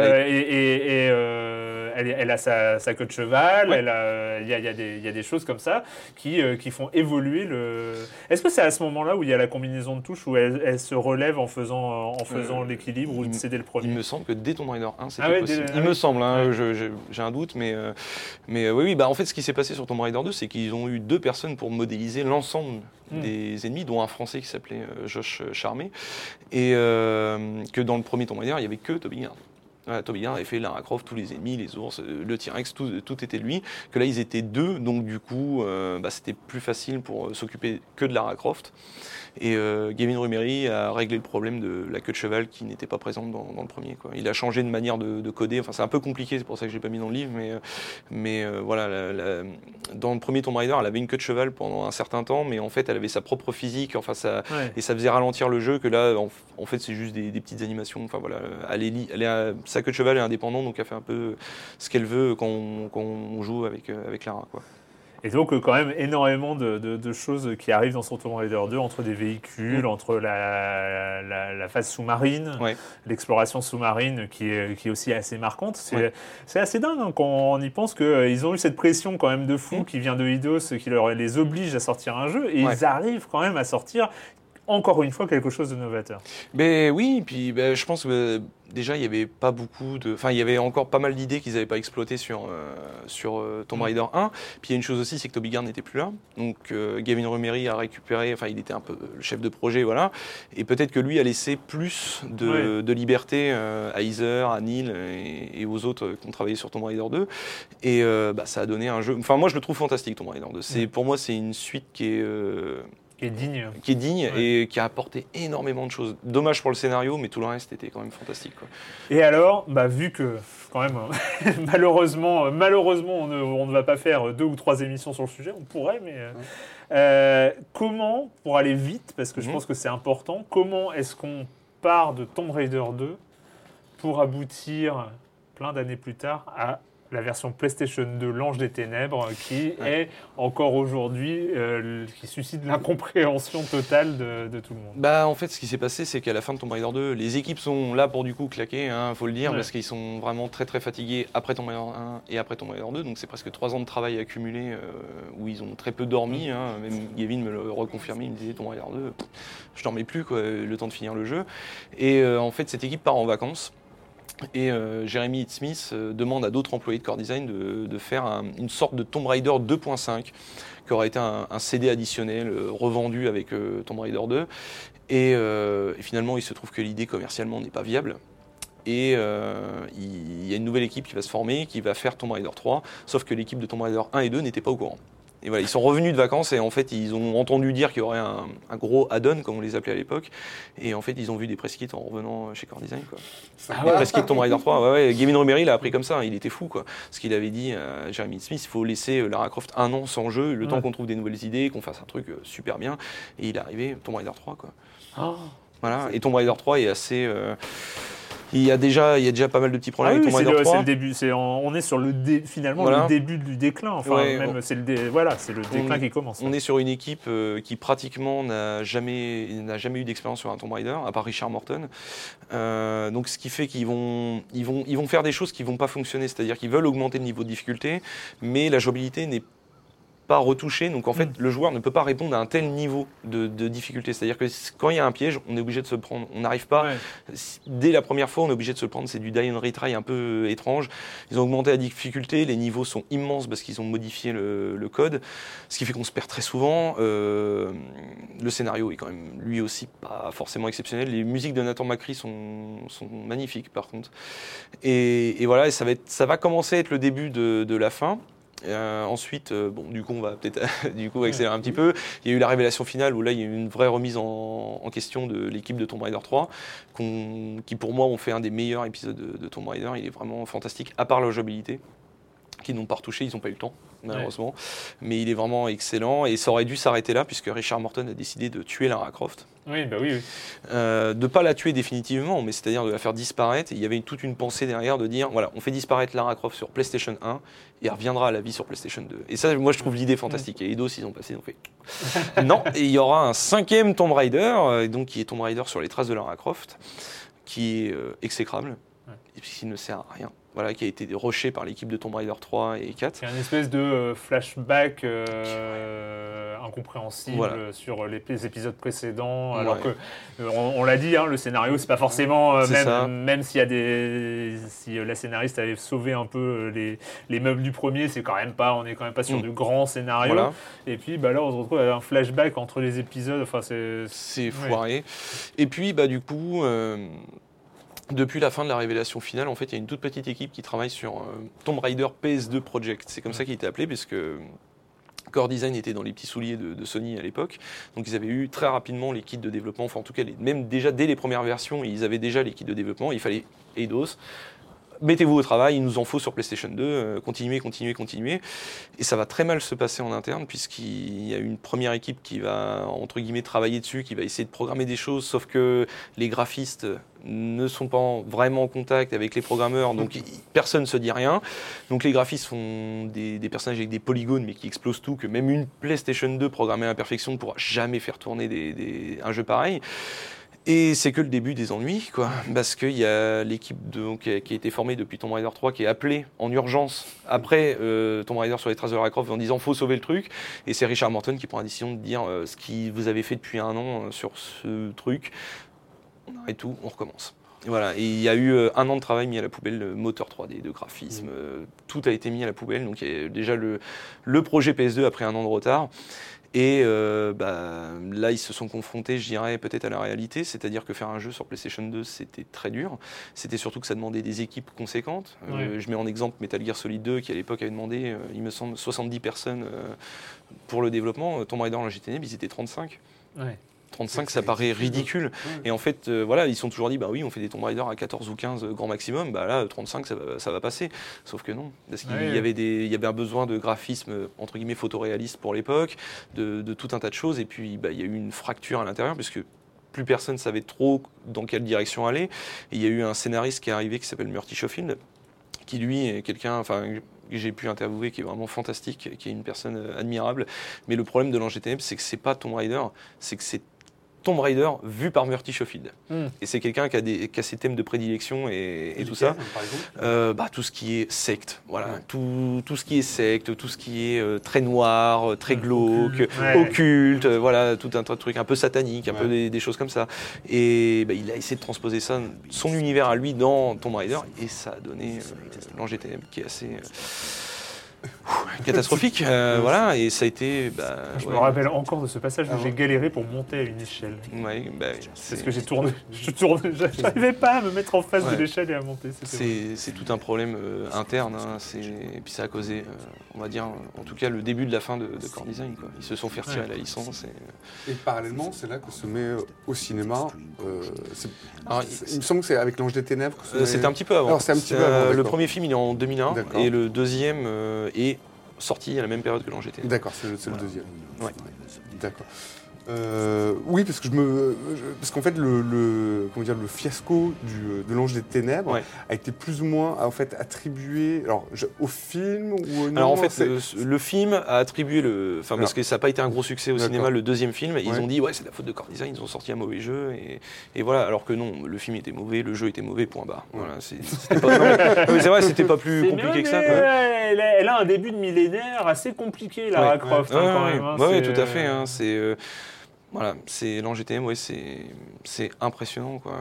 a sa queue de cheval. Il y a des choses comme ça qui font évoluer le. Est-ce que c'est à ce moment-là où il y a la combinaison de touches où elle se relève en faisant l'équilibre ou c'est dès le premier? Il me semble que dès Tomb Raider 1, c'était possible. Il me semble, j'ai un doute, mais oui. Bah en fait, ce qui s'est passé sur Tomb Raider 2, c'est qu'ils ont eu 2 personnes pour modéliser l'ensemble des ennemis, dont un Français qui s'appelait Josh Charmet, et que dans le premier Tomb Raider, il n'y avait que Toby Gard. Voilà, Toby Gard avait fait Lara Croft, tous les ennemis, les ours, le T-Rex, tout était lui. Que là, ils étaient 2, donc du coup, c'était plus facile pour s'occuper que de Lara Croft. Et Gavin Rummery a réglé le problème de la queue de cheval qui n'était pas présente dans le premier, quoi. Il a changé de manière de coder. Enfin, c'est un peu compliqué, c'est pour ça que je l'ai pas mis dans le livre, mais voilà, dans le premier Tomb Raider, elle avait une queue de cheval pendant un certain temps, mais en fait, elle avait sa propre physique. Enfin, et ça faisait ralentir le jeu. Que là, en fait, c'est juste des petites animations. Enfin voilà, sa queue de cheval est indépendante, donc elle fait un peu ce qu'elle veut quand on joue avec Lara, quoi. Et donc, quand même, énormément de choses qui arrivent dans son Tomb Raider 2, entre des véhicules, entre la phase sous-marine, l'exploration sous-marine qui est aussi assez marquante. C'est assez dingue hein, quand on y pense qu'ils ont eu cette pression quand même de fou qui vient de Eidos, qui les oblige à sortir un jeu, et ils arrivent quand même à sortir encore une fois quelque chose de novateur. Ben oui, puis je pense que déjà il y avait pas beaucoup il y avait encore pas mal d'idées qu'ils n'avaient pas exploitées sur Tomb Raider 1. Puis il y a une chose aussi, c'est que Toby Gard n'était plus là. Donc Gavin Rummery a récupéré, il était un peu le chef de projet, voilà. Et peut-être que lui a laissé plus de liberté à Heather, à Neil et aux autres qui ont travaillé sur Tomb Raider 2. Et ça a donné un jeu. Enfin, moi je le trouve fantastique, Tomb Raider 2. Pour moi, c'est une suite qui est Qui est digne. Et qui a apporté énormément de choses. Dommage pour le scénario, mais tout le reste était quand même fantastique, quoi. Et alors, vu que, quand même, malheureusement, on ne va pas faire 2 ou 3 émissions sur le sujet, on pourrait, mais comment, pour aller vite, parce que je pense que c'est important, comment est-ce qu'on part de Tomb Raider 2 pour aboutir, plein d'années plus tard, à la version PlayStation 2, l'Ange des Ténèbres, qui est encore aujourd'hui, qui suscite l'incompréhension totale de tout le monde. En fait, ce qui s'est passé, c'est qu'à la fin de Tomb Raider 2, les équipes sont là pour du coup claquer, faut le dire, parce qu'ils sont vraiment très très fatigués après Tomb Raider 1 et après Tomb Raider 2, donc c'est presque 3 ans de travail accumulé où ils ont très peu dormi, même Gavin me le reconfirmait, il me disait Tomb Raider 2, je dormais plus, quoi, le temps de finir le jeu. Et en fait, cette équipe part en vacances. Et Jeremy Smith demande à d'autres employés de Core Design de faire une sorte de Tomb Raider 2.5 qui aurait été un CD additionnel revendu avec Tomb Raider 2. Et finalement, il se trouve que l'idée commercialement n'est pas viable. Et il y a une nouvelle équipe qui va se former, qui va faire Tomb Raider 3, sauf que l'équipe de Tomb Raider 1 et 2 n'était pas au courant. Et voilà, ils sont revenus de vacances et en fait, ils ont entendu dire qu'il y aurait un gros add-on, comme on les appelait à l'époque. Et en fait, ils ont vu des press kits en revenant chez Core Design, quoi. Des press kits Tomb Raider 3. Ouais. Gavin Romery l'a appris comme ça, il était fou, quoi. Parce qu'il avait dit à Jeremy Smith, il faut laisser Lara Croft 1 an sans jeu, le temps qu'on trouve des nouvelles idées, qu'on fasse un truc super bien. Et il est arrivé, Tomb Raider 3, quoi. Voilà. Et Tomb Raider 3 est assez... Il y a déjà pas mal de petits problèmes avec Tomb Raider 3. C'est le début. On est sur le début du déclin. Enfin, c'est le déclin qui commence. On est sur une équipe qui pratiquement n'a jamais eu d'expérience sur un Tomb Raider, à part Richard Morton. Donc, ce qui fait qu'ils vont faire des choses qui vont pas fonctionner. C'est-à-dire qu'ils veulent augmenter le niveau de difficulté, mais la jouabilité n'est pas retouché, donc en fait le joueur ne peut pas répondre à un tel niveau de difficulté. C'est-à-dire que quand il y a un piège, on est obligé de se le prendre. On n'arrive pas, dès la première fois, on est obligé de se le prendre. C'est du die and retry un peu étrange. Ils ont augmenté la difficulté, les niveaux sont immenses parce qu'ils ont modifié le code, ce qui fait qu'on se perd très souvent. Le scénario est quand même lui aussi pas forcément exceptionnel. Les musiques de Nathan Macri sont magnifiques par contre. Et voilà, et ça va commencer à être le début de la fin. Ensuite, du coup, on va peut-être accélérer un petit peu. Il y a eu la révélation finale où là, il y a eu une vraie remise en question de l'équipe de Tomb Raider 3, qui pour moi ont fait un des meilleurs épisodes de Tomb Raider. Il est vraiment fantastique, à part la jouabilité, qu'ils n'ont pas retouché, ils n'ont pas eu le temps, malheureusement. Mais il est vraiment excellent et ça aurait dû s'arrêter là, puisque Richard Morton a décidé de tuer Lara Croft. Oui. De ne pas la tuer définitivement, mais c'est-à-dire de la faire disparaître. Il y avait toute une pensée derrière de dire, voilà, on fait disparaître Lara Croft sur PlayStation 1 et elle reviendra à la vie sur PlayStation 2. Et ça, moi, je trouve l'idée fantastique. Et Eidos, ils ont passé, ils ont fait... Non, et il y aura un 5e Tomb Raider, donc qui est Tomb Raider sur les traces de Lara Croft, qui est exécrable, et puisqu'il ne sert à rien. Voilà, qui a été rushé par l'équipe de Tomb Raider 3 et 4. C'est une espèce de flashback incompréhensible sur les épisodes précédents, alors que, on l'a dit, le scénario, c'est pas forcément, même s'il y a si la scénariste avait sauvé un peu les meubles du premier, on est quand même pas sur du grand scénario. Voilà. Et puis là, on se retrouve avec un flashback entre les épisodes, enfin c'est foiré. Et puis, du coup... Depuis la fin de la révélation finale, en fait, il y a une toute petite équipe qui travaille sur Tomb Raider PS2 Project. C'est comme ça qu'il était appelé, puisque Core Design était dans les petits souliers de Sony à l'époque. Donc, ils avaient eu très rapidement les kits de développement. Enfin, en tout cas, même déjà dès les premières versions, ils avaient déjà les kits de développement. Il fallait Eidos. Mettez-vous au travail, il nous en faut sur PlayStation 2, continuez. Et ça va très mal se passer en interne, puisqu'il y a une première équipe qui va, entre guillemets, travailler dessus, qui va essayer de programmer des choses, sauf que les graphistes ne sont pas vraiment en contact avec les programmeurs, donc personne ne se dit rien. Donc les graphistes font des personnages avec des polygones, mais qui explosent tout, que même une PlayStation 2 programmée à la perfection ne pourra jamais faire tourner un jeu pareil. Et c'est que le début des ennuis, quoi, parce qu'il y a l'équipe qui a été formée depuis Tomb Raider 3 qui est appelée en urgence après Tomb Raider sur les traces de Lara Croft en disant faut sauver le truc, et c'est Richard Morton qui prend la décision de dire ce que vous avez fait depuis 1 an sur ce truc, on arrête tout, on recommence. Et voilà, et il y a eu 1 an de travail mis à la poubelle, le moteur 3D, de graphisme, tout a été mis à la poubelle, donc il y a déjà le projet PS2 a pris 1 an de retard. Et là, ils se sont confrontés, je dirais, peut-être à la réalité, c'est-à-dire que faire un jeu sur PlayStation 2, c'était très dur. C'était surtout que ça demandait des équipes conséquentes. Je mets en exemple Metal Gear Solid 2, qui à l'époque avait demandé, il me semble, 70 personnes pour le développement. Tomb Raider, Langers Ténèbres, ils étaient 35. 35, ça paraît ridicule. Et en fait, ils se sont toujours dit, bah oui, on fait des Tomb Raider à 14 ou 15 grand maximum, bah là, 35, ça va passer. Sauf que non, parce qu'il y avait un besoin de graphisme, entre guillemets, photoréaliste pour l'époque, de tout un tas de choses, et puis il y a eu une fracture à l'intérieur, puisque plus personne ne savait trop dans quelle direction aller. Et il y a eu un scénariste qui est arrivé qui s'appelle Murty Schofield, qui lui est quelqu'un, que j'ai pu interviewer, qui est vraiment fantastique, qui est une personne admirable. Mais le problème de Langers Ténèbres, c'est que c'est pas Tomb Raider, c'est que c'est Tomb Raider vu par Murty Schofield. Et c'est quelqu'un qui a ses thèmes de prédilection et tout ça. Par exemple tout ce qui est secte, voilà. Tout ce qui est secte, tout ce qui est très noir, très glauque, occulte, voilà, tout un tas de trucs un peu sataniques, un peu des choses comme ça. Et il a essayé de transposer ça, son univers à lui, dans Tomb Raider, et ça a donné Langers Ténèbres, qui est assez... catastrophique, voilà, et ça a été... je me rappelle encore de ce passage où j'ai galéré pour monter à une échelle. Parce que je n'arrivais pas à me mettre en face de l'échelle et à monter. C'est tout un problème interne, et puis ça a causé, on va dire, en tout cas, le début de la fin de Core Design, quoi. Ils se sont fait retirer la licence. Et parallèlement, c'est là que se met au cinéma... il me semble que c'est avec L'Ange des Ténèbres. C'était un petit peu avant. Alors, c'est un petit peu avant, le premier film, il est en 2001, et le deuxième est sorti à la même période que Langers Ténèbres. D'accord, c'est le deuxième. Ouais. D'accord. Oui, parce que parce qu'en fait le fiasco de L'Ange des Ténèbres a été plus ou moins attribué au film ou non, alors en fait le film a attribué parce que ça n'a pas été un gros succès au cinéma, le deuxième film, ils ont dit c'est de la faute de Core Design, ils ont sorti un mauvais jeu et voilà, alors que non, le film était mauvais, le jeu était mauvais, point barre. Voilà, c'était pas c'est vrai, c'était pas plus compliqué que ça, quoi. Elle a un début de millénaire assez compliqué, Lara Croft, quand même. Oui, tout à fait, c'est voilà, c'est L'Ange des Ténèbres, c'est impressionnant, quoi.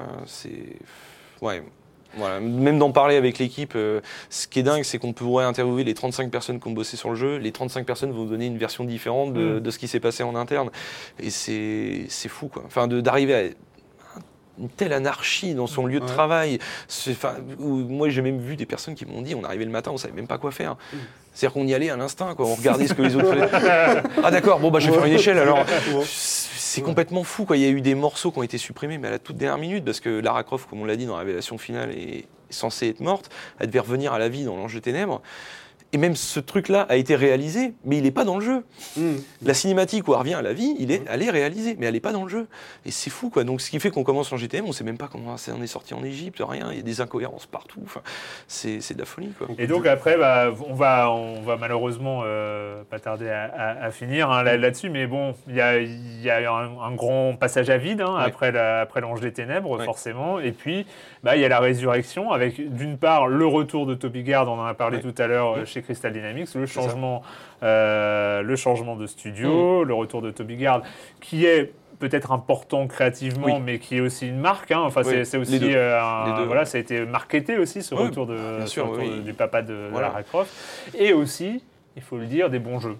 Voilà. Même d'en parler avec l'équipe, ce qui est dingue, c'est qu'on pourrait interviewer les 35 personnes qui ont bossé sur le jeu. Les 35 personnes vont donner une version différente de ce qui s'est passé en interne. Et c'est fou, quoi. Enfin, d'arriver à une telle anarchie dans son lieu de travail. Moi, j'ai même vu des personnes qui m'ont dit, on arrivait le matin, on savait même pas quoi faire. C'est-à-dire qu'on y allait à l'instinct, quoi. On regardait ce que les autres faisaient. Ah d'accord, je vais faire une échelle alors. C'est complètement fou, quoi. Il y a eu des morceaux qui ont été supprimés, mais à la toute dernière minute, parce que Lara Croft, comme on l'a dit dans la révélation finale, est censée être morte. Elle devait revenir à la vie dans L'Ange des Ténèbres. Et même ce truc-là a été réalisé, mais il n'est pas dans le jeu. La cinématique où elle revient à la vie, elle est réalisée, mais elle n'est pas dans le jeu. Et c'est fou, quoi. Donc ce qui fait qu'on commence en GTM, on ne sait même pas comment ça en est sorti en Égypte, rien. Il y a des incohérences partout. Enfin, c'est de la folie, quoi. Et donc après, on va malheureusement pas tarder à finir là-dessus, mais bon, il y a un grand passage à vide après L'Ange des Ténèbres, forcément. Et puis, il y a la résurrection avec, d'une part, le retour de Toby Gard, on en a parlé tout à l'heure chez Crystal Dynamics, le changement de studio, le retour de Toby Gard, qui est peut-être important créativement, mais qui est aussi une marque. C'est aussi ça a été marketé aussi, ce retour du papa de Lara Croft. Et aussi, il faut le dire, des bons jeux.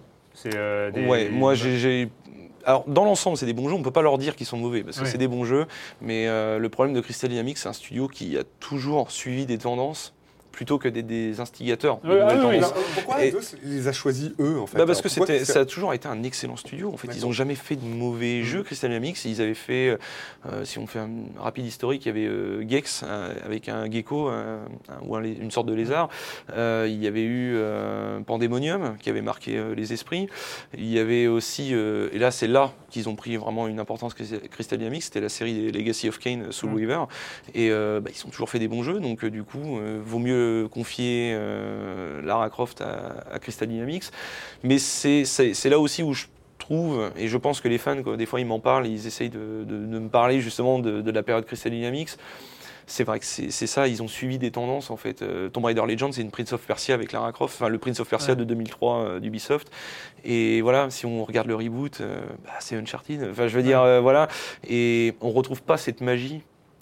Alors, dans l'ensemble, c'est des bons jeux. On ne peut pas leur dire qu'ils sont mauvais, parce que c'est des bons jeux. Mais le problème de Crystal Dynamics, c'est un studio qui a toujours suivi des tendances plutôt que des instigateurs. Pourquoi les a choisis eux, en fait? Parce que ça a toujours été un excellent studio. En fait, ils n'ont jamais fait de mauvais jeux, Crystal Dynamics. Ils avaient fait, si on fait un rapide historique, il y avait Gex avec un gecko ou une sorte de lézard. Il y avait eu Pandemonium qui avait marqué les esprits. Il y avait aussi, et là c'est là qu'ils ont pris vraiment une importance Crystal Dynamics, c'était la série Legacy of Kain, Soul Weaver. Et ils ont toujours fait des bons jeux, donc du coup, vaut mieux confier Lara Croft à Crystal Dynamics. Mais c'est là aussi où je trouve, et je pense que les fans, des fois ils m'en parlent, ils essayent de me parler justement de la période Crystal Dynamics. C'est vrai que c'est ça, ils ont suivi des tendances en fait. Tomb Raider Legends, c'est une Prince of Persia avec Lara Croft, le Prince of Persia de 2003 d'Ubisoft. Et voilà, si on regarde le reboot, c'est Uncharted. Enfin, je veux dire, voilà. Et on retrouve pas cette magie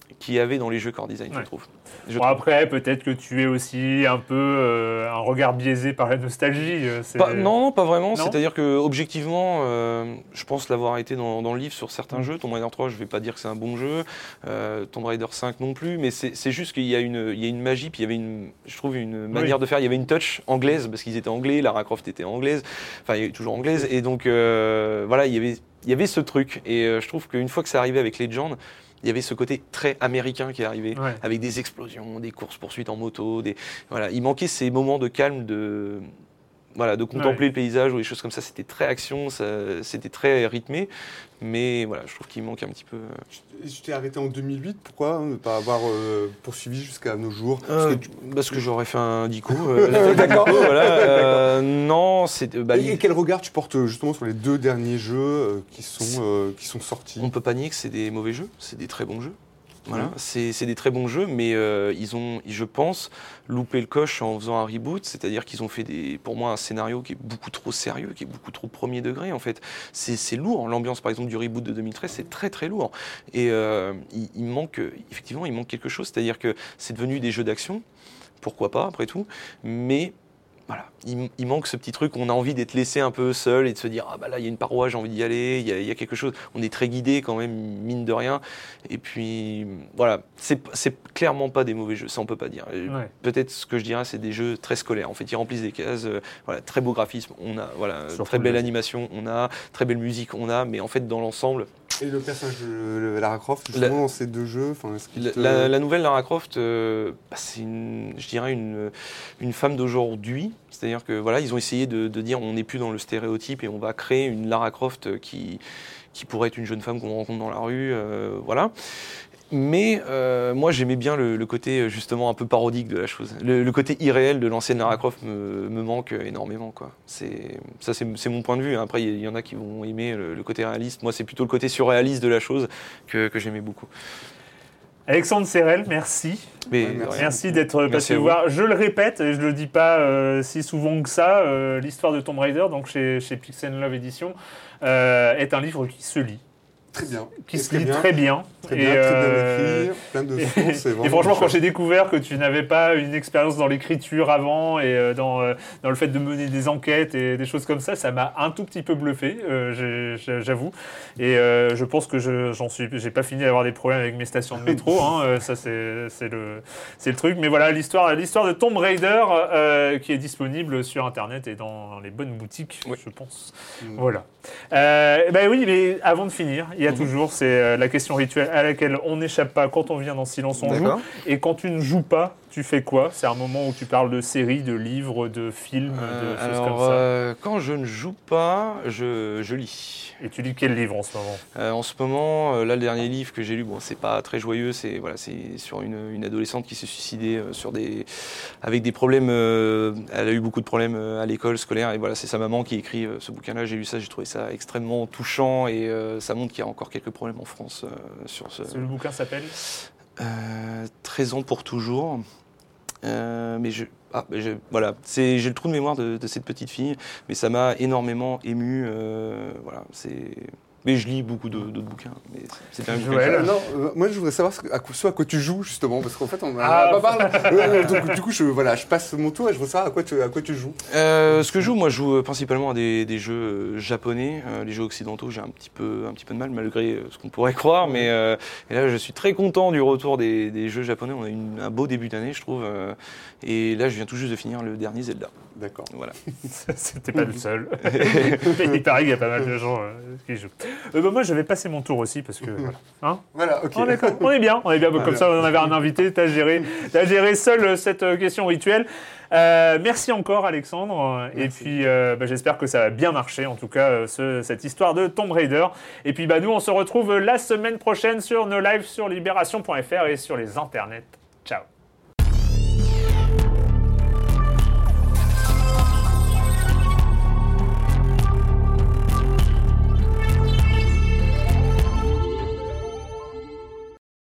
qu'il y avait dans les jeux core design, je trouve. Après, peut-être que tu es aussi un peu un regard biaisé par la nostalgie. Non, pas vraiment. Non, c'est-à-dire que objectivement, je pense l'avoir été dans le livre sur certains jeux. Tomb Raider 3, je ne vais pas dire que c'est un bon jeu. Tomb Raider 5 non plus. Mais c'est juste qu'il y a une magie, puis il y avait je trouve une manière de faire. Il y avait une touch anglaise, parce qu'ils étaient anglais, Lara Croft était anglaise. Enfin, il est toujours anglaise. Et donc, voilà, il y avait ce truc. Et je trouve qu'une fois que c'est arrivé avec Legend, il y avait ce côté très américain qui est arrivé, avec des explosions, des courses-poursuites en moto. Voilà. Il manquait ces moments de calme, de contempler le paysage ou des choses comme ça. C'était très action, c'était très rythmé. Mais voilà, je trouve qu'il manque un petit peu. Tu t'es arrêté en 2008, pourquoi ne pas avoir poursuivi jusqu'à nos jours? Parce que j'aurais fait un dico. D'accord. Voilà. Non, c'est. Et quel regard tu portes justement sur les 2 derniers jeux qui sont sortis? On ne peut pas nier que c'est des mauvais jeux, c'est des très bons jeux. Voilà, c'est des très bons jeux, mais ils ont, je pense, loupé le coche en faisant un reboot, c'est-à-dire qu'ils ont fait pour moi un scénario qui est beaucoup trop sérieux, qui est beaucoup trop premier degré en fait. C'est lourd, l'ambiance par exemple du reboot de 2013, c'est très très lourd. Et il manque quelque chose, c'est-à-dire que c'est devenu des jeux d'action, pourquoi pas après tout, mais voilà, il manque ce petit truc où on a envie d'être laissé un peu seul et de se dire ah bah là il y a une paroi, j'ai envie d'y aller, il y a quelque chose. On est très guidé quand même, mine de rien. Et puis voilà, c'est clairement pas des mauvais jeux, ça on peut pas dire. Peut-être ce que je dirais c'est des jeux très scolaires. En fait ils remplissent des cases, voilà, très beau graphisme, on a très belle animation, on a très belle musique, on a, mais en fait dans l'ensemble. Et le personnage de Lara Croft, justement, dans ces 2 jeux, la nouvelle Lara Croft, c'est je dirais une femme d'aujourd'hui. C'est-à-dire que voilà, ils ont essayé de dire on n'est plus dans le stéréotype et on va créer une Lara Croft qui pourrait être une jeune femme qu'on rencontre dans la rue, voilà. Mais moi j'aimais bien le côté justement un peu parodique de la chose. Le côté irréel de l'ancienne Lara Croft me manque énormément, quoi. C'est mon point de vue. Après il y en a qui vont aimer le côté réaliste. Moi c'est plutôt le côté surréaliste de la chose que j'aimais beaucoup. Alexandre Serrel, merci. Merci d'être passé nous voir. Je le répète, et je ne le dis pas si souvent que ça, l'histoire de Tomb Raider, donc chez Pixel Love Édition, est un livre qui se lit. Très bien. Qui se lit très bien. Très bien écrit, plein de sources. Et franchement, quand j'ai découvert que tu n'avais pas une expérience dans l'écriture avant et dans le fait de mener des enquêtes et des choses comme ça, ça m'a un tout petit peu bluffé, j'avoue. Et je pense que j'ai pas fini d'avoir des problèmes avec mes stations de métro. Ça, c'est le truc. Mais voilà, l'histoire de Tomb Raider qui est disponible sur Internet et dans les bonnes boutiques, je pense. Voilà. Oui, mais avant de finir, il y a toujours la question rituelle à laquelle on n'échappe pas quand on vient dans Silence on joue. Et quand tu ne joues pas, tu fais quoi? C'est un moment où tu parles de séries, de livres, de films, de choses comme ça. Quand je ne joue pas, je lis. Et tu lis quel livre en ce moment? En ce moment, là, le dernier livre que j'ai lu, c'est pas très joyeux, c'est sur une adolescente qui s'est suicidée avec des problèmes. Elle a eu beaucoup de problèmes à l'école scolaire, et voilà, c'est sa maman qui écrit ce bouquin-là. J'ai lu ça, j'ai trouvé ça extrêmement touchant, et ça montre qu'il y a encore quelques problèmes en France sur ce. Le bouquin s'appelle 13 ans pour toujours. Voilà, j'ai le trou de mémoire de cette petite fille, mais ça m'a énormément ému. Voilà, mais je lis beaucoup d'autres bouquins. Mais c'est bien moi, je voudrais savoir à quoi tu joues, justement, parce qu'en fait, on n'a pas parlé. Donc, du coup, je passe mon tour et je veux savoir à quoi tu joues. Ce que je joue principalement à des jeux japonais. Les jeux occidentaux, j'ai un petit peu de mal, malgré ce qu'on pourrait croire. Mais et là, je suis très content du retour des jeux japonais. On a eu un beau début d'année, je trouve. Et là, je viens tout juste de finir le dernier Zelda. D'accord. Voilà. C'était pas le seul. Il paraît qu'il y a pas mal de gens qui jouent. Moi, je vais passer mon tour aussi parce que voilà, ok. On est bien. Comme ça, on avait un invité. T'as géré seul cette question rituelle. Merci encore, Alexandre. Merci. Et puis, j'espère que ça va bien marcher. En tout cas, cette histoire de Tomb Raider. Et puis, nous, on se retrouve la semaine prochaine sur nos lives sur libération.fr et sur les internets. Ciao.